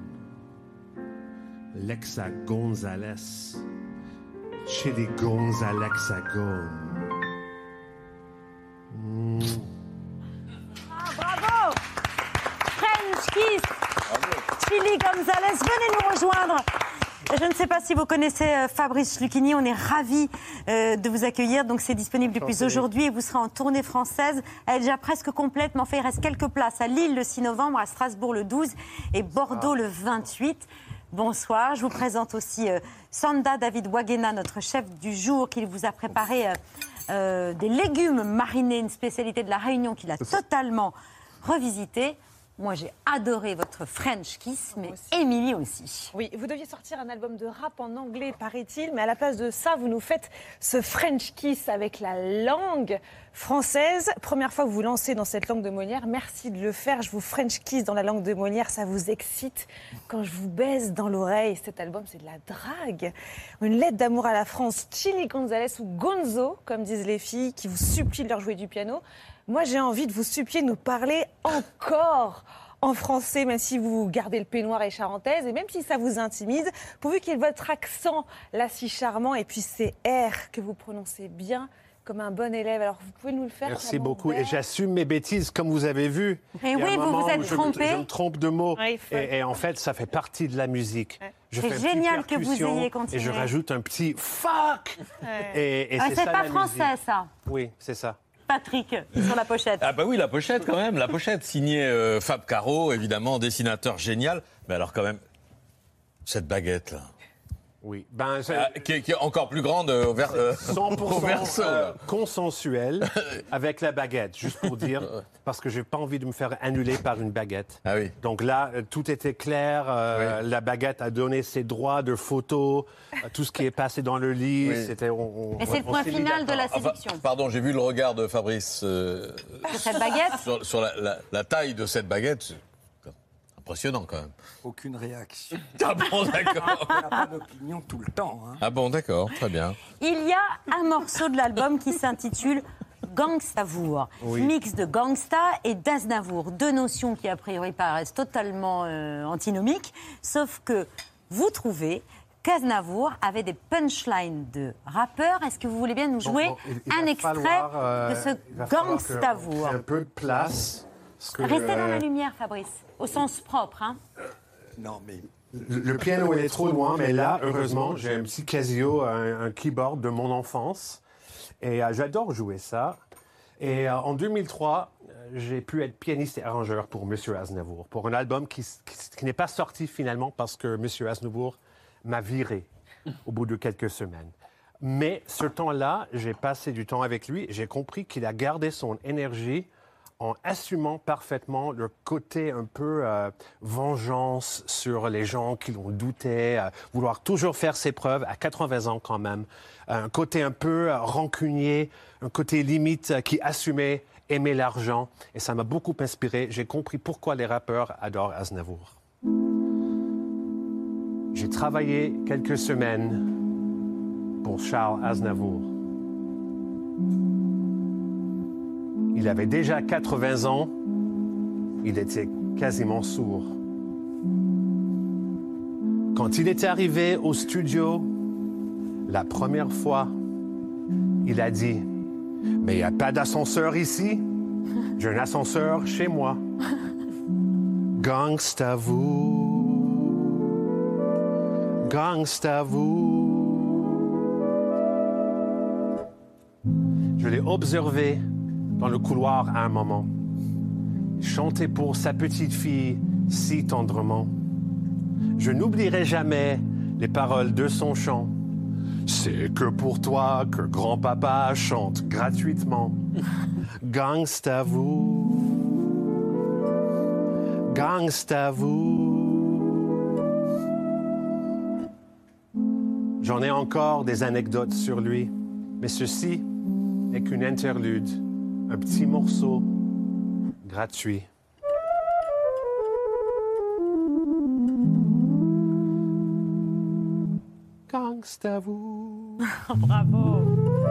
l'hexagonzales, Chili Gonzalexagone. Mmh. Ah, bravo! French kiss! Chili Gonzalez, venez nous rejoindre. Je ne sais pas si vous connaissez euh, Fabrice Lucchini, on est ravis euh, de vous accueillir. Donc c'est disponible depuis aujourd'hui et vous serez en tournée française. Elle est déjà presque complète, mais enfin il reste quelques places à Lille le six novembre, à Strasbourg le douze et Bordeaux ah. le vingt-huit. Bonsoir, je vous présente aussi euh, Sanda David Wagena, notre chef du jour, qui vous a préparé euh, euh, des légumes marinés, une spécialité de la Réunion qu'il a totalement revisité. Moi, j'ai adoré votre French Kiss, mais Émilie aussi. Oui, vous deviez sortir un album de rap en anglais, paraît-il, mais à la place de ça, vous nous faites ce French Kiss avec la langue française. Première fois que vous vous lancez dans cette langue de Molière, merci de le faire. Je vous French Kiss dans la langue de Molière, ça vous excite. Quand je vous baise dans l'oreille, cet album, c'est de la drague. Une lettre d'amour à la France, Chili Gonzalez ou Gonzo, comme disent les filles, qui vous supplient de leur jouer du piano. Moi, j'ai envie de vous supplier de nous parler encore en français, même si vous gardez le peignoir et charentaise, et même si ça vous intimide, pourvu qu'il y ait votre accent là si charmant, et puis ces R que vous prononcez bien comme un bon élève. Alors, vous pouvez nous le faire? Merci beaucoup. Et j'assume mes bêtises, comme vous avez vu. Et oui, vous vous êtes trompé. Je me trompe de mots. Ouais, et, et en fait, ça fait partie de la musique. Ouais. C'est génial que vous ayez continué. Et je rajoute un petit fuck. Ouais. Et, et ah, c'est c'est ça, pas la français, musique. ça. Oui, c'est ça. Patrick, sur la pochette. Ah bah oui, la pochette quand même, la pochette signée euh, Fab Caro, évidemment, dessinateur génial. Mais alors quand même, cette baguette là, Oui. Ben, euh, qui, est, qui est encore plus grande euh, au, ver, euh, cent pour cent au verso. Euh, consensuel avec la baguette, juste pour dire, parce que j'ai pas envie de me faire annuler par une baguette. Ah oui. Donc là, euh, tout était clair. Euh, oui. La baguette a donné ses droits de photo, euh, tout ce qui est passé dans le lit. Oui. C'était. On, on, Et c'est le point final de la séduction. Enfin, pardon, j'ai vu le regard de Fabrice euh, sur cette baguette. Sur, sur la, la, la taille de cette baguette. Impressionnant quand même. Aucune réaction. Ah bon, d'accord. On n'a pas d'opinion tout le temps. Hein. Ah bon, d'accord, très bien. Il y a un morceau de l'album qui s'intitule Gangstavour, oui. Mix de gangsta et d'Aznavour. Deux notions qui a priori paraissent totalement euh, antinomiques, sauf que vous trouvez qu'Aznavour avait des punchlines de rappeurs. Est-ce que vous voulez bien nous jouer bon, bon, il, il un extrait falloir, euh, de ce Gangstavour? Un peu de place. Que, Restez euh... dans la lumière, Fabrice, au sens propre. Hein. Non, mais... Le, le piano, il est trop loin, mais là, heureusement, j'ai un petit Casio, un, un keyboard de mon enfance. Et euh, j'adore jouer ça. Et euh, en deux mille trois, j'ai pu être pianiste et arrangeur pour Monsieur Aznavour, pour un album qui, qui, qui n'est pas sorti finalement parce que Monsieur Aznavour m'a viré au bout de quelques semaines. Mais ce temps-là, j'ai passé du temps avec lui. J'ai compris qu'il a gardé son énergie en assumant parfaitement le côté un peu euh, vengeance sur les gens qui l'ont douté, euh, vouloir toujours faire ses preuves à quatre-vingts ans quand même, un côté un peu euh, rancunier, un côté limite euh, qui assumait aimer l'argent. Et ça m'a beaucoup inspiré. J'ai compris pourquoi les rappeurs adorent Aznavour. J'ai travaillé quelques semaines pour Charles Aznavour. Il avait déjà quatre-vingts ans, il était quasiment sourd. Quand il est arrivé au studio, la première fois, il a dit « Mais il n'y a pas d'ascenseur ici, j'ai un ascenseur chez moi. » Gangstavour, gangstavour. Je l'ai observé dans le couloir à un moment, chanter pour sa petite fille si tendrement. Je n'oublierai jamais les paroles de son chant. C'est que pour toi que grand-papa chante gratuitement. Gangstavour, gangstavour. J'en ai encore des anecdotes sur lui, mais ceci n'est qu'une interlude. Un petit morceau gratuit. Gangstavour. Bravo.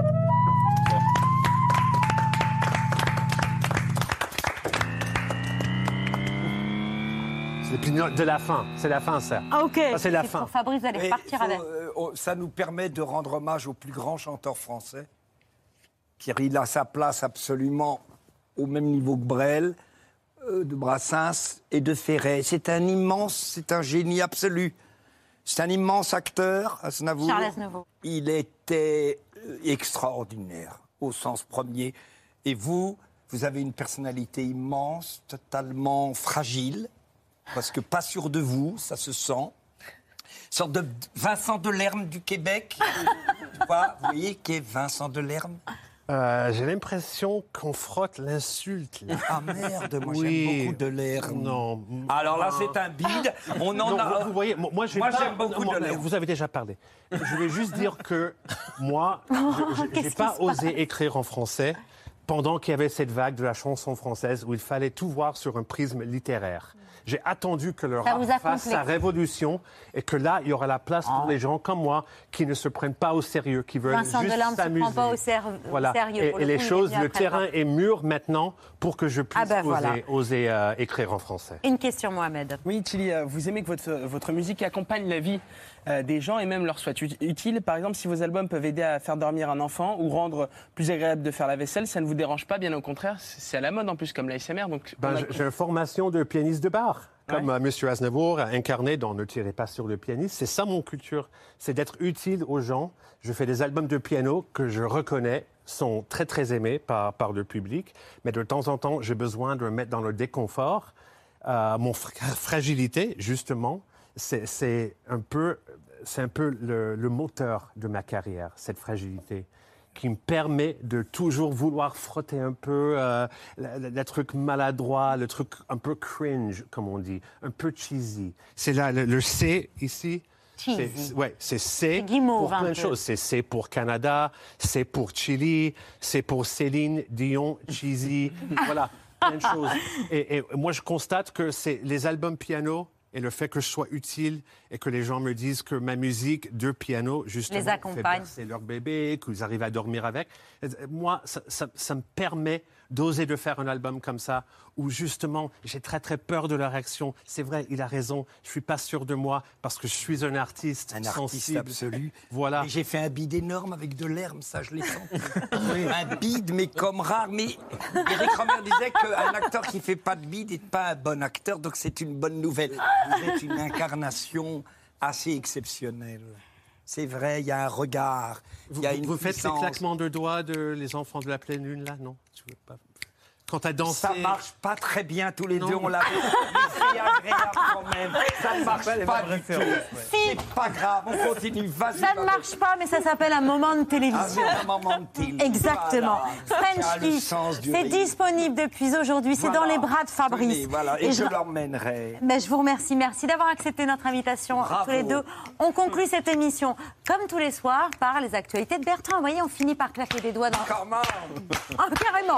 C'est de la fin. C'est la fin, ça. Ah, ok. Ça, c'est la fin. Pour Fabrice, vous allez repartir avec. Euh, ça nous permet de rendre hommage au plus grand chanteur français. Il a sa place absolument au même niveau que Brel, euh, de Brassens et de Ferret. C'est un immense, c'est un génie absolu. C'est un immense acteur, Aznavour. Charles Aznavour. Il était extraordinaire, au sens premier. Et vous, vous avez une personnalité immense, totalement fragile, parce que pas sûr de vous, ça se sent. Sorte de Vincent Delerme du Québec. Tu vois, vous voyez qui est Vincent Delerme? Euh, j'ai l'impression qu'on frotte l'insulte. Là. Ah merde, moi oui. j'aime beaucoup Delerme. Non. Alors là, c'est un bide. On en non, a. Vous, vous voyez, moi, j'ai moi pas... j'aime beaucoup non, Delerme. Vous avez déjà parlé. Je vais juste dire que moi, je n'ai pas osé écrire en français pendant qu'il y avait cette vague de la chanson française où il fallait tout voir sur un prisme littéraire. J'ai attendu que le rap fasse sa révolution et que là, il y aura la place ah. pour les gens comme moi qui ne se prennent pas au sérieux, qui veulent Vincent juste Delerme s'amuser. Se prend pas au, ser voilà. au sérieux. Et, pour et le les coup, choses, le terrain rap. est mûr maintenant pour que je puisse ah ben oser, voilà. oser euh, écrire en français. Une question, Mohamed. Oui, Chili, vous aimez que votre, votre musique accompagne la vie euh, des gens et même leur soit utile. Par exemple, si vos albums peuvent aider à faire dormir un enfant ou rendre plus agréable de faire la vaisselle, ça ne vous dérange pas, bien au contraire. C'est à la mode en plus, comme l'A S M R. Donc, ben, a... J'ai une formation de pianiste de bar. Comme ouais. euh, M. Aznavour a incarné dans Ne tirez pas sur le pianiste. C'est ça mon culture, c'est d'être utile aux gens. Je fais des albums de piano que je reconnais sont très très aimés par, par le public, mais de temps en temps, j'ai besoin de me mettre dans le déconfort. Euh, mon fra fragilité, justement, c'est, c'est un peu, c'est un peu le, le moteur de ma carrière, cette fragilité, qui me permet de toujours vouloir frotter un peu euh, le, le truc maladroit, le truc un peu cringe, comme on dit, un peu cheesy. C'est là, le, le C ici. C'est, c'est, ouais, c'est C pour plein de choses. C'est C pour Canada, C pour Chili, C pour Céline Dion, cheesy. Voilà, plein de choses. Et, et moi, je constate que c'est les albums piano et le fait que je sois utile et que les gens me disent que ma musique de piano, justement, les accompagne. fait bercer leur bébé, qu'ils arrivent à dormir avec. Moi, ça, ça, ça me permet d'oser de faire un album comme ça, où justement, j'ai très très peur de la réaction. C'est vrai, il a raison, je suis pas sûr de moi, parce que je suis un artiste un sensible. artiste absolu. Voilà. Et j'ai fait un bide énorme avec de l'herbe, ça je l'ai senti. Un bide, mais comme rare. Mais Eric Romer disait qu'un acteur qui fait pas de bide n'est pas un bon acteur, donc c'est une bonne nouvelle. Vous êtes une incarnation assez exceptionnelle. C'est vrai, il y a un regard, il y a une Vous faites puissance. ces claquements de doigts de les enfants de la pleine lune, là, non? Je veux pas. Quand t'as dansé... Ça marche pas très bien, tous les non. deux, on l'a vu. Mais c'est agréable quand même. Ça ne marche pas, pas du tout. Si. C'est pas grave, on continue, vas-y. Ça ne marche pas, mais ça s'appelle un moment de télévision. Ah, c'est un moment de télévision. Exactement. Voilà. French Kiss, c'est disponible depuis aujourd'hui. C'est voilà. dans les bras de Fabrice. Tenez, voilà. Et, Et je, je l'emmènerai. Ben, je vous remercie. Merci d'avoir accepté notre invitation, Bravo. tous les deux. On conclut cette émission, comme tous les soirs, par les actualités de Bertrand. Vous voyez, on finit par claquer des doigts dans... Carrément. Ah, carrément.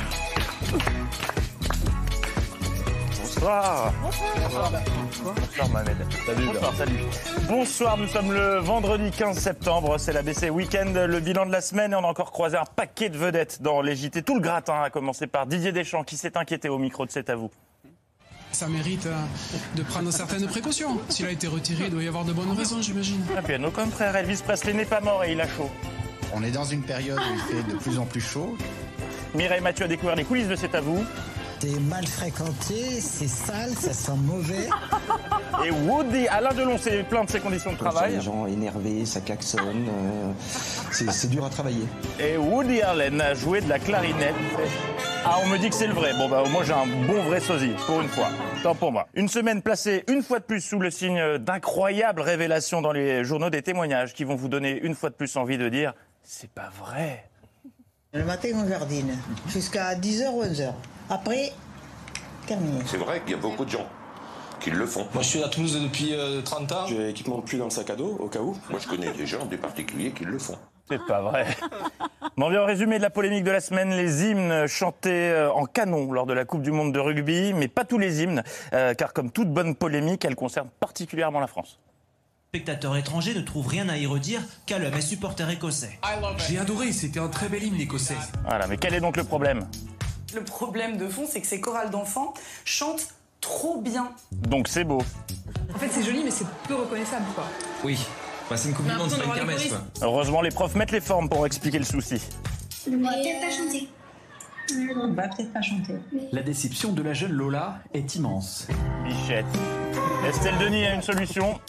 Bonsoir. Bonsoir. Bonsoir Mohamed. Salut. Bonsoir, salut. Bonsoir, nous sommes le vendredi quinze septembre, c'est l'A B C Week-end, le bilan de la semaine et on a encore croisé un paquet de vedettes dans les J T. Tout le gratin, à commencer par Didier Deschamps qui s'est inquiété au micro de C'est à vous. Ça mérite euh, de prendre certaines précautions. S'il a été retiré, il doit y avoir de bonnes raisons, j'imagine. Et puis à nos confrères, Elvis Presley n'est pas mort et il a chaud. On est dans une période où il fait de plus en plus chaud. Mireille Mathieu a découvert les coulisses de C'est à vous. C'est mal fréquenté, c'est sale, ça sent mauvais. Et Woody, Alain Delon s'est plaint de ses conditions de travail. Les gens énervés, ça klaxonne, euh, c'est, c'est dur à travailler. Et Woody Allen a joué de la clarinette. Ah, on me dit que c'est le vrai. Bon, bah, au moins, j'ai un bon vrai sosie, pour une fois. Tant pour moi. Une semaine placée, une fois de plus, sous le signe d'incroyables révélations dans les journaux, des témoignages qui vont vous donner une fois de plus envie de dire « c'est pas vrai ». Le matin, on jardine, jusqu'à dix heures ou onze heures. Après, terminé. C'est vrai qu'il y a beaucoup de gens qui le font. Moi, je suis à Toulouse depuis euh, trente ans. J'ai l'équipement de pluie dans le sac à dos, au cas où. Moi, je connais des gens, des particuliers qui le font. C'est pas vrai. Bon, bien, en résumé de la polémique de la semaine, les hymnes chantés en canon lors de la Coupe du Monde de rugby, mais pas tous les hymnes, euh, car comme toute bonne polémique, elle concerne particulièrement la France. Les spectateurs étrangers ne trouvent rien à y redire, Callum est supporter écossais. J'ai adoré, c'était un très bel hymne écossais. Voilà, mais quel est donc le problème ? Le problème de fond, c'est que ces chorales d'enfants chantent trop bien. Donc c'est beau. En fait, c'est joli, mais c'est peu reconnaissable, quoi. Oui, bah, c'est une Coupe du Monde, c'est pas une kermesse, quoi. Heureusement, les profs mettent les formes pour expliquer le souci. On va peut-être pas chanter. On va peut-être pas chanter. La déception de la jeune Lola est immense. Bichette. Estelle Denis a une solution.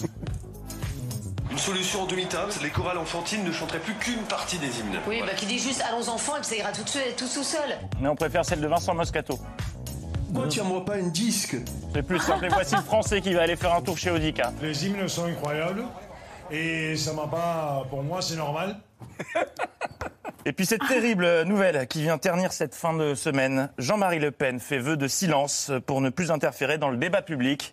Une solution en demi-teinte, les chorales enfantines ne chanteraient plus qu'une partie des hymnes. Oui, voilà. Bah qui dit juste allons enfants et puis ça ira tout, tout, tout seul. Mais on préfère celle de Vincent Moscato. Pourquoi tu n'aimerais pas une disque ? C'est plus simple, et voici le français qui va aller faire un tour chez Audica. Les hymnes sont incroyables et ça m'a pas... Pour moi, c'est normal. Et puis cette terrible nouvelle qui vient ternir cette fin de semaine. Jean-Marie Le Pen fait vœu de silence pour ne plus interférer dans le débat public.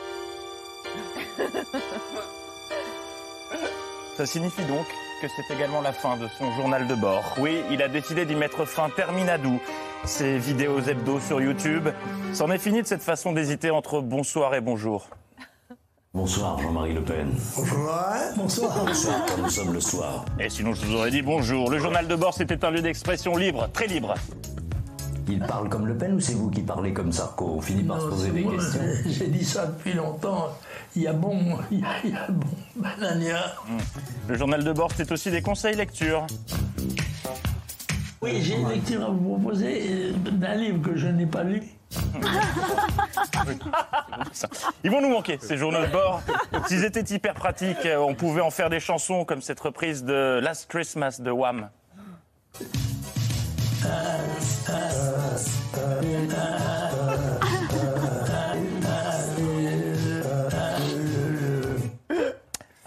Ça signifie donc que c'est également la fin de son journal de bord. Oui, il a décidé d'y mettre fin terminadou. Ses vidéos hebdo sur YouTube. C'en est fini de cette façon d'hésiter entre bonsoir et bonjour. Bonsoir Jean-Marie Le Pen. Bonsoir. Bonsoir. Bonsoir, quand nous sommes le soir. Et sinon je vous aurais dit bonjour. Le journal de bord, c'était un lieu d'expression libre, très libre. Il parle comme Le Pen ou c'est vous qui parlez comme Sarko ? On finit par se poser des moi, questions. J'ai dit ça depuis longtemps. Il y a bon, il y a, il y a bon, banania. Le journal de bord, c'est aussi des conseils lecture. Oui, j'ai une lecture à vous proposer d'un livre que je n'ai pas lu. Ils vont nous manquer, ces journaux de bord. S'ils étaient hyper pratiques, on pouvait en faire des chansons comme cette reprise de Last Christmas de Wham.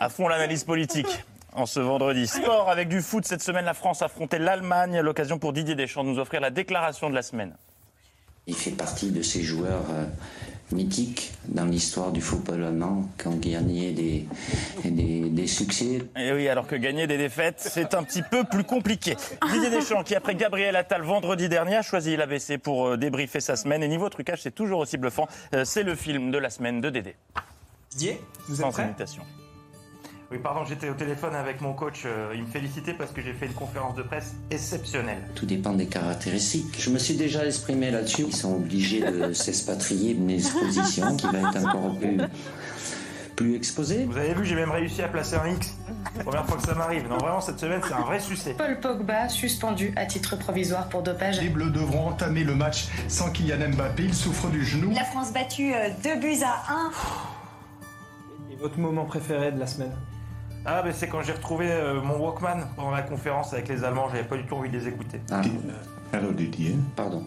À fond l'analyse politique. En ce vendredi. Sport avec du foot. Cette semaine, la France affrontait l'Allemagne. L'occasion pour Didier Deschamps de nous offrir la déclaration de la semaine. Il fait partie de ces joueurs euh, mythiques dans l'histoire du football allemand qui ont gagné des, des, des succès. Et oui, alors que gagner des défaites, c'est un petit peu plus compliqué. Didier Deschamps, qui après Gabriel Attal vendredi dernier, a choisi l'A B C pour euh, débriefer sa semaine. Et niveau trucage, c'est toujours aussi bluffant. Euh, c'est le film de la semaine de Dédé. Didier, vous êtes Sans prêt ? imitation. Oui, pardon, j'étais au téléphone avec mon coach. Euh, il me félicitait parce que j'ai fait une conférence de presse exceptionnelle. Tout dépend des caractéristiques. Je me suis déjà exprimé là-dessus. Ils sont obligés de s'expatrier d'une exposition qui va être encore plus, plus exposée. Vous avez vu, j'ai même réussi à placer un X. Première fois que ça m'arrive. Non, vraiment, cette semaine, c'est un vrai succès. Paul Pogba, suspendu à titre provisoire pour dopage. Les Bleus devront entamer le match sans Kylian Mbappé. Il souffre du genou. La France battue deux buts à un. Et votre moment préféré de la semaine ? Ah, ben c'est quand j'ai retrouvé euh, mon Walkman pendant la conférence avec les Allemands. J'avais pas du tout envie de les écouter. Ah. Alors Didier. Pardon.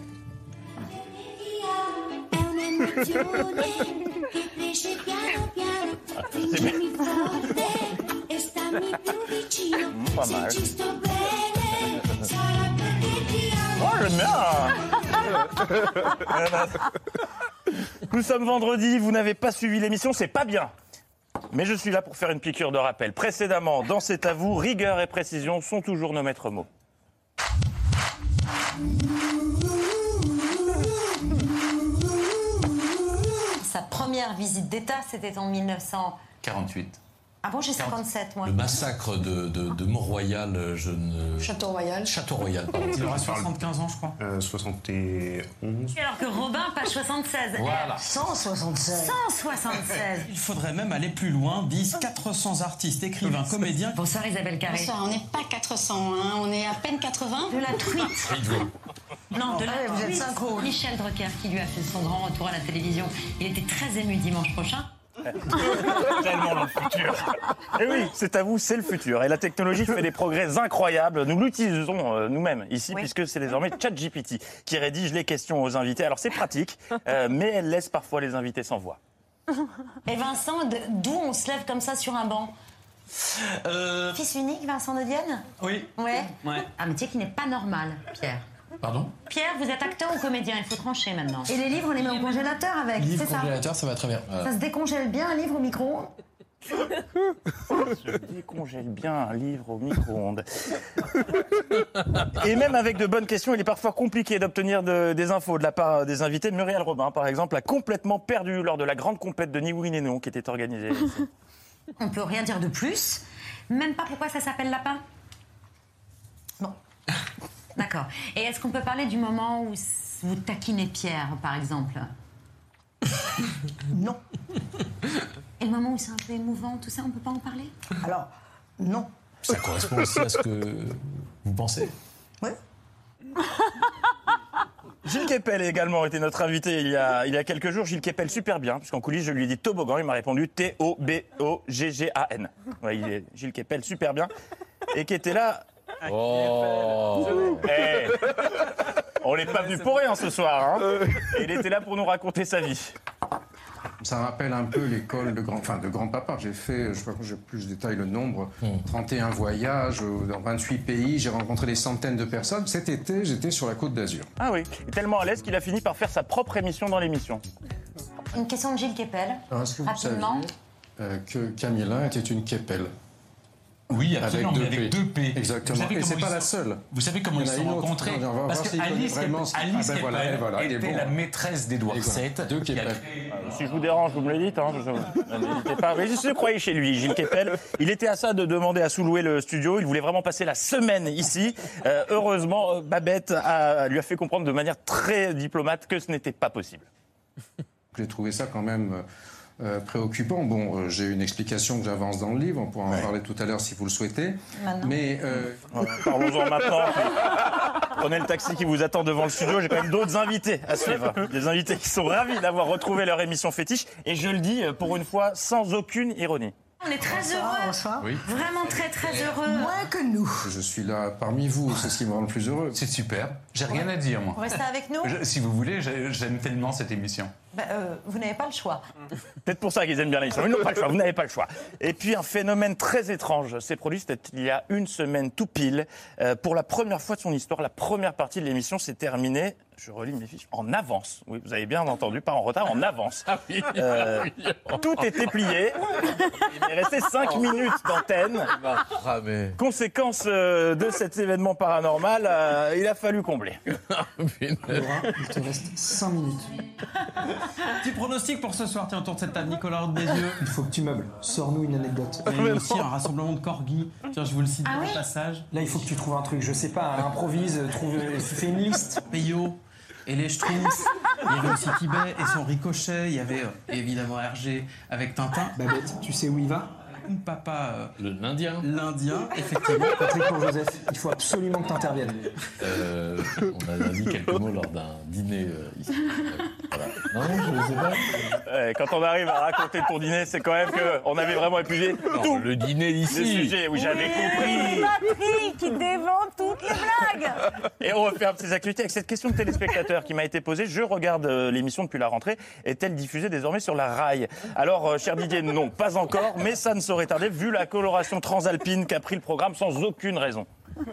C'est bien. Mmh, pas mal. Oh, j'aime bien. Nous sommes vendredi, vous n'avez pas suivi l'émission, c'est pas bien. Mais je suis là pour faire une piqûre de rappel. Précédemment, dans C'est à vous, rigueur et précision sont toujours nos maîtres mots. Sa première visite d'État, c'était en mille neuf cent quarante-huit. Ah bon, j'ai cinquante-sept, moi. Le massacre de, de, de Mont-Royal, je ne... Château-Royal. Château-Royal, pardon. Il aura soixante-quinze ans, je crois. Euh, soixante et onze. Alors que Robin, page soixante-seize. Voilà. cent soixante-seize. cent soixante-seize. Il faudrait même aller plus loin, disent quatre cents artistes, écrivains, comédiens. Bonsoir Isabelle Carré. Bonsoir, on n'est pas quatre cents, hein, on est à peine quatre-vingts. De la truite. Non, de la Ah ouais, vous êtes truite. synchro. Michel Drucker, qui lui a fait son grand retour à la télévision. Il était très ému dimanche prochain. Tellement dans le futur. Et oui, c'est à vous, c'est le futur. Et la technologie fait des progrès incroyables. Nous l'utilisons euh, nous-mêmes ici, oui. Puisque c'est désormais ChatGPT qui rédige les questions aux invités. Alors c'est pratique, euh, mais elle laisse parfois les invités sans voix. Et Vincent, d'où on se lève comme ça sur un banc ? Euh... Fils unique, Vincent de Dienne ? Oui. Ouais. Ouais. Un métier qui n'est pas normal, Pierre. Pardon ? Pierre, vous êtes acteur ou comédien ? Il faut trancher maintenant. Et les livres, on les met au congélateur avec, Livre c'est ça ? congélateur, ça va très bien. Voilà. Ça se décongèle bien un livre au micro-ondes ? Je décongèle bien un livre au micro-ondes. Et même avec de bonnes questions, il est parfois compliqué d'obtenir de, des infos de la part des invités. Muriel Robin, par exemple, a complètement perdu lors de la grande compète de ni oui ni non qui était organisée ici. On peut rien dire de plus. Même pas pourquoi ça s'appelle lapin ? Bon. D'accord. Et est-ce qu'on peut parler du moment où vous taquinez Pierre, par exemple ? Non. Et le moment où c'est un peu émouvant, tout ça, on peut pas en parler ? Alors, non. Ça correspond aussi à ce que vous pensez. Oui. Gilles Kepel a également été notre invité il y a, il y a quelques jours. Gilles Kepel, super bien, puisqu'en coulisses, je lui ai dit toboggan, il m'a répondu T O B O G G A N. Ouais, il est, Gilles Kepel, super bien. Et qui était là... Oh. Hey. On n'est pas venu pour rien ce soir. Hein. Et il était là pour nous raconter sa vie. Ça rappelle un peu l'école de grand, enfin de grand-papa. J'ai fait, je sais pas, j'ai plus de détails le nombre, trente et un voyages dans vingt-huit pays. J'ai rencontré des centaines de personnes. Cet été, j'étais sur la Côte d'Azur. Ah oui, il est tellement à l'aise qu'il a fini par faire sa propre émission dans l'émission. Une question de Gilles Kepel. Alors, est-ce que vous Rapidement. saviez euh, que Camilla était une Kepel? Oui, absolument, avec mais deux avec P. deux P. Exactement. Et c'est pas la seule. Vous savez comment Il ils y en se a sont une autre. rencontrés? Non, on va Parce voir que s'il connaît Alice, vraiment Kepel- ce- Alice Ah ben voilà, Kepel et voilà, il est était bon. la maîtresse d'Édouard Et voilà. sept. Deux qui a Kepel. créé- Si je vous dérange, vous me le dites. Hein, je- N'hésitez pas. Mais je croyais chez lui, Gilles Kepel. Il était à ça de demander à sous-louer le studio. Il voulait vraiment passer la semaine ici. Euh, heureusement, Babette a, lui a fait comprendre de manière très diplomate que ce n'était pas possible. J'ai trouvé ça quand même euh, préoccupant. Bon, euh, j'ai une explication que j'avance dans le livre. On pourra en parler tout à l'heure si vous le souhaitez. Maintenant. Mais euh, Parlons-en maintenant. Prenez le taxi qui vous attend devant le studio. J'ai quand même d'autres invités à suivre. Des invités qui sont ravis d'avoir retrouvé leur émission fétiche. Et je le dis pour une fois sans aucune ironie. On est très Bonsoir, heureux. bonsoir. Oui. Vraiment très très heureux. Moins que nous. je suis là parmi vous. C'est ce qui me rend le plus heureux. C'est super. J'ai rien à dire, moi. Vous restez avec nous ? Je- si vous voulez, j'ai- j'aime tellement cette émission. Ben, euh, vous n'avez pas le choix. Peut-être pour ça qu'ils aiment bien l'émission. Ils n'ont pas le choix, vous n'avez pas le choix. Et puis un phénomène très étrange s'est produit, c'était il y a une semaine tout pile. Euh, pour la première fois de son histoire, la première partie de l'émission s'est terminée, je relis mes fiches, en avance. Oui, vous avez bien entendu, pas en retard, en avance. Ah oui, euh, tout était plié. Il est resté cinq minutes d'antenne. Conséquence euh, de cet événement paranormal, euh, il a fallu combler. Il te reste cinq minutes. Petit pronostic pour ce soir, tiens, autour de cette table, Nicolas Bézieux. Il faut que tu meubles. Sors-nous une anecdote. Il y a eu aussi un rassemblement de corgis. Tiens, je vous le cite Ah au oui passage. Là, il faut que tu trouves un truc, je sais pas, improvise, trouve, fais une liste. Peyo et les Schtroumpfs. Il y avait aussi Kibet et son ricochet. Il y avait euh, évidemment Hergé avec Tintin. Babette, tu sais où il va? Papa. Euh, Le l'Indien. L'Indien, effectivement. Patrick pour Joseph, il faut absolument que tu interviennes. Euh, on a dit quelques mots lors d'un dîner euh, ici. Euh, voilà. Non, je ne sais pas. Ouais, quand on arrive à raconter ton dîner, c'est quand même qu'on avait vraiment épuisé Non, tout le dîner le d'ici. sujet. Oui, j'avais compris. Patrick qui dévante toutes les blagues. Et on referme ces activités avec cette question de téléspectateur qui m'a été posée. Je regarde euh, l'émission depuis la rentrée. Est-elle diffusée désormais sur la rail? Alors, euh, cher Didier, non, pas encore, mais ça ne saurait tarder vu la coloration transalpine qu'a pris le programme sans aucune raison.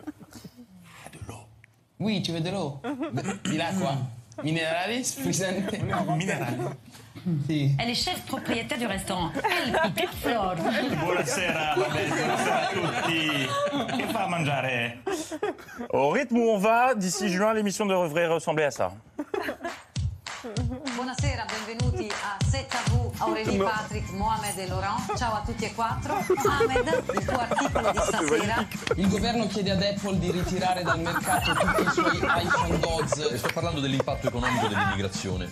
Oui, tu veux de l'eau? Di l'acqua. Mineralis, frizzante. Minerali. Sì. Elle est chef propriétaire du restaurant El Pipeflor. Buonasera, vabbè, buonasera a tutti. Che fa a mangiare? Au rythme où on va, d'ici juin, l'émission devrait ressembler à ça. Buonasera, benvenuti a Setavu, Aurélie, Patrick, Mohamed e Laurent. Ciao a tutti e quattro. Ahmed, il tuo articolo di stasera. Il governo chiede ad Apple di ritirare dal mercato tutti i suoi iPhone Gods. Sto parlando dell'impatto economico dell'immigrazione.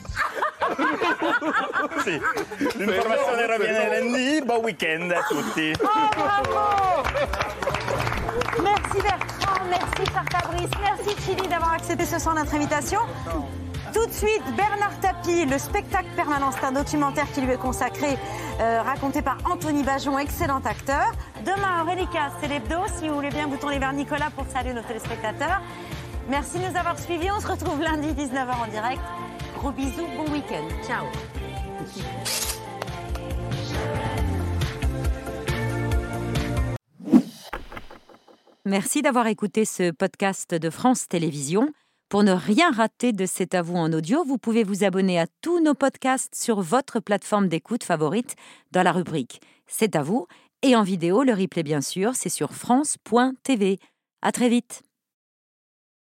Sì, l'informazione reviene lunedì, buon weekend a tutti. Oh, bravo! Merci Bertrand, merci Fabrice, merci Chili d'avoir accepté ce soir notre invitation. Tout de suite, Bernard Tapie, le spectacle permanent, c'est un documentaire qui lui est consacré, euh, raconté par Anthony Bajon, excellent acteur. Demain, Aurélica, c'est l'hebdo. Si vous voulez bien, vous tournez vers Nicolas pour saluer nos téléspectateurs. Merci de nous avoir suivis. On se retrouve lundi, dix-neuf heures en direct. Gros bisous, bon week-end. Ciao. Merci d'avoir écouté ce podcast de France Télévisions. Pour ne rien rater de C'est à vous en audio, vous pouvez vous abonner à tous nos podcasts sur votre plateforme d'écoute favorite dans la rubrique C'est à vous. Et en vidéo, le replay bien sûr, c'est sur France point T V. À très vite.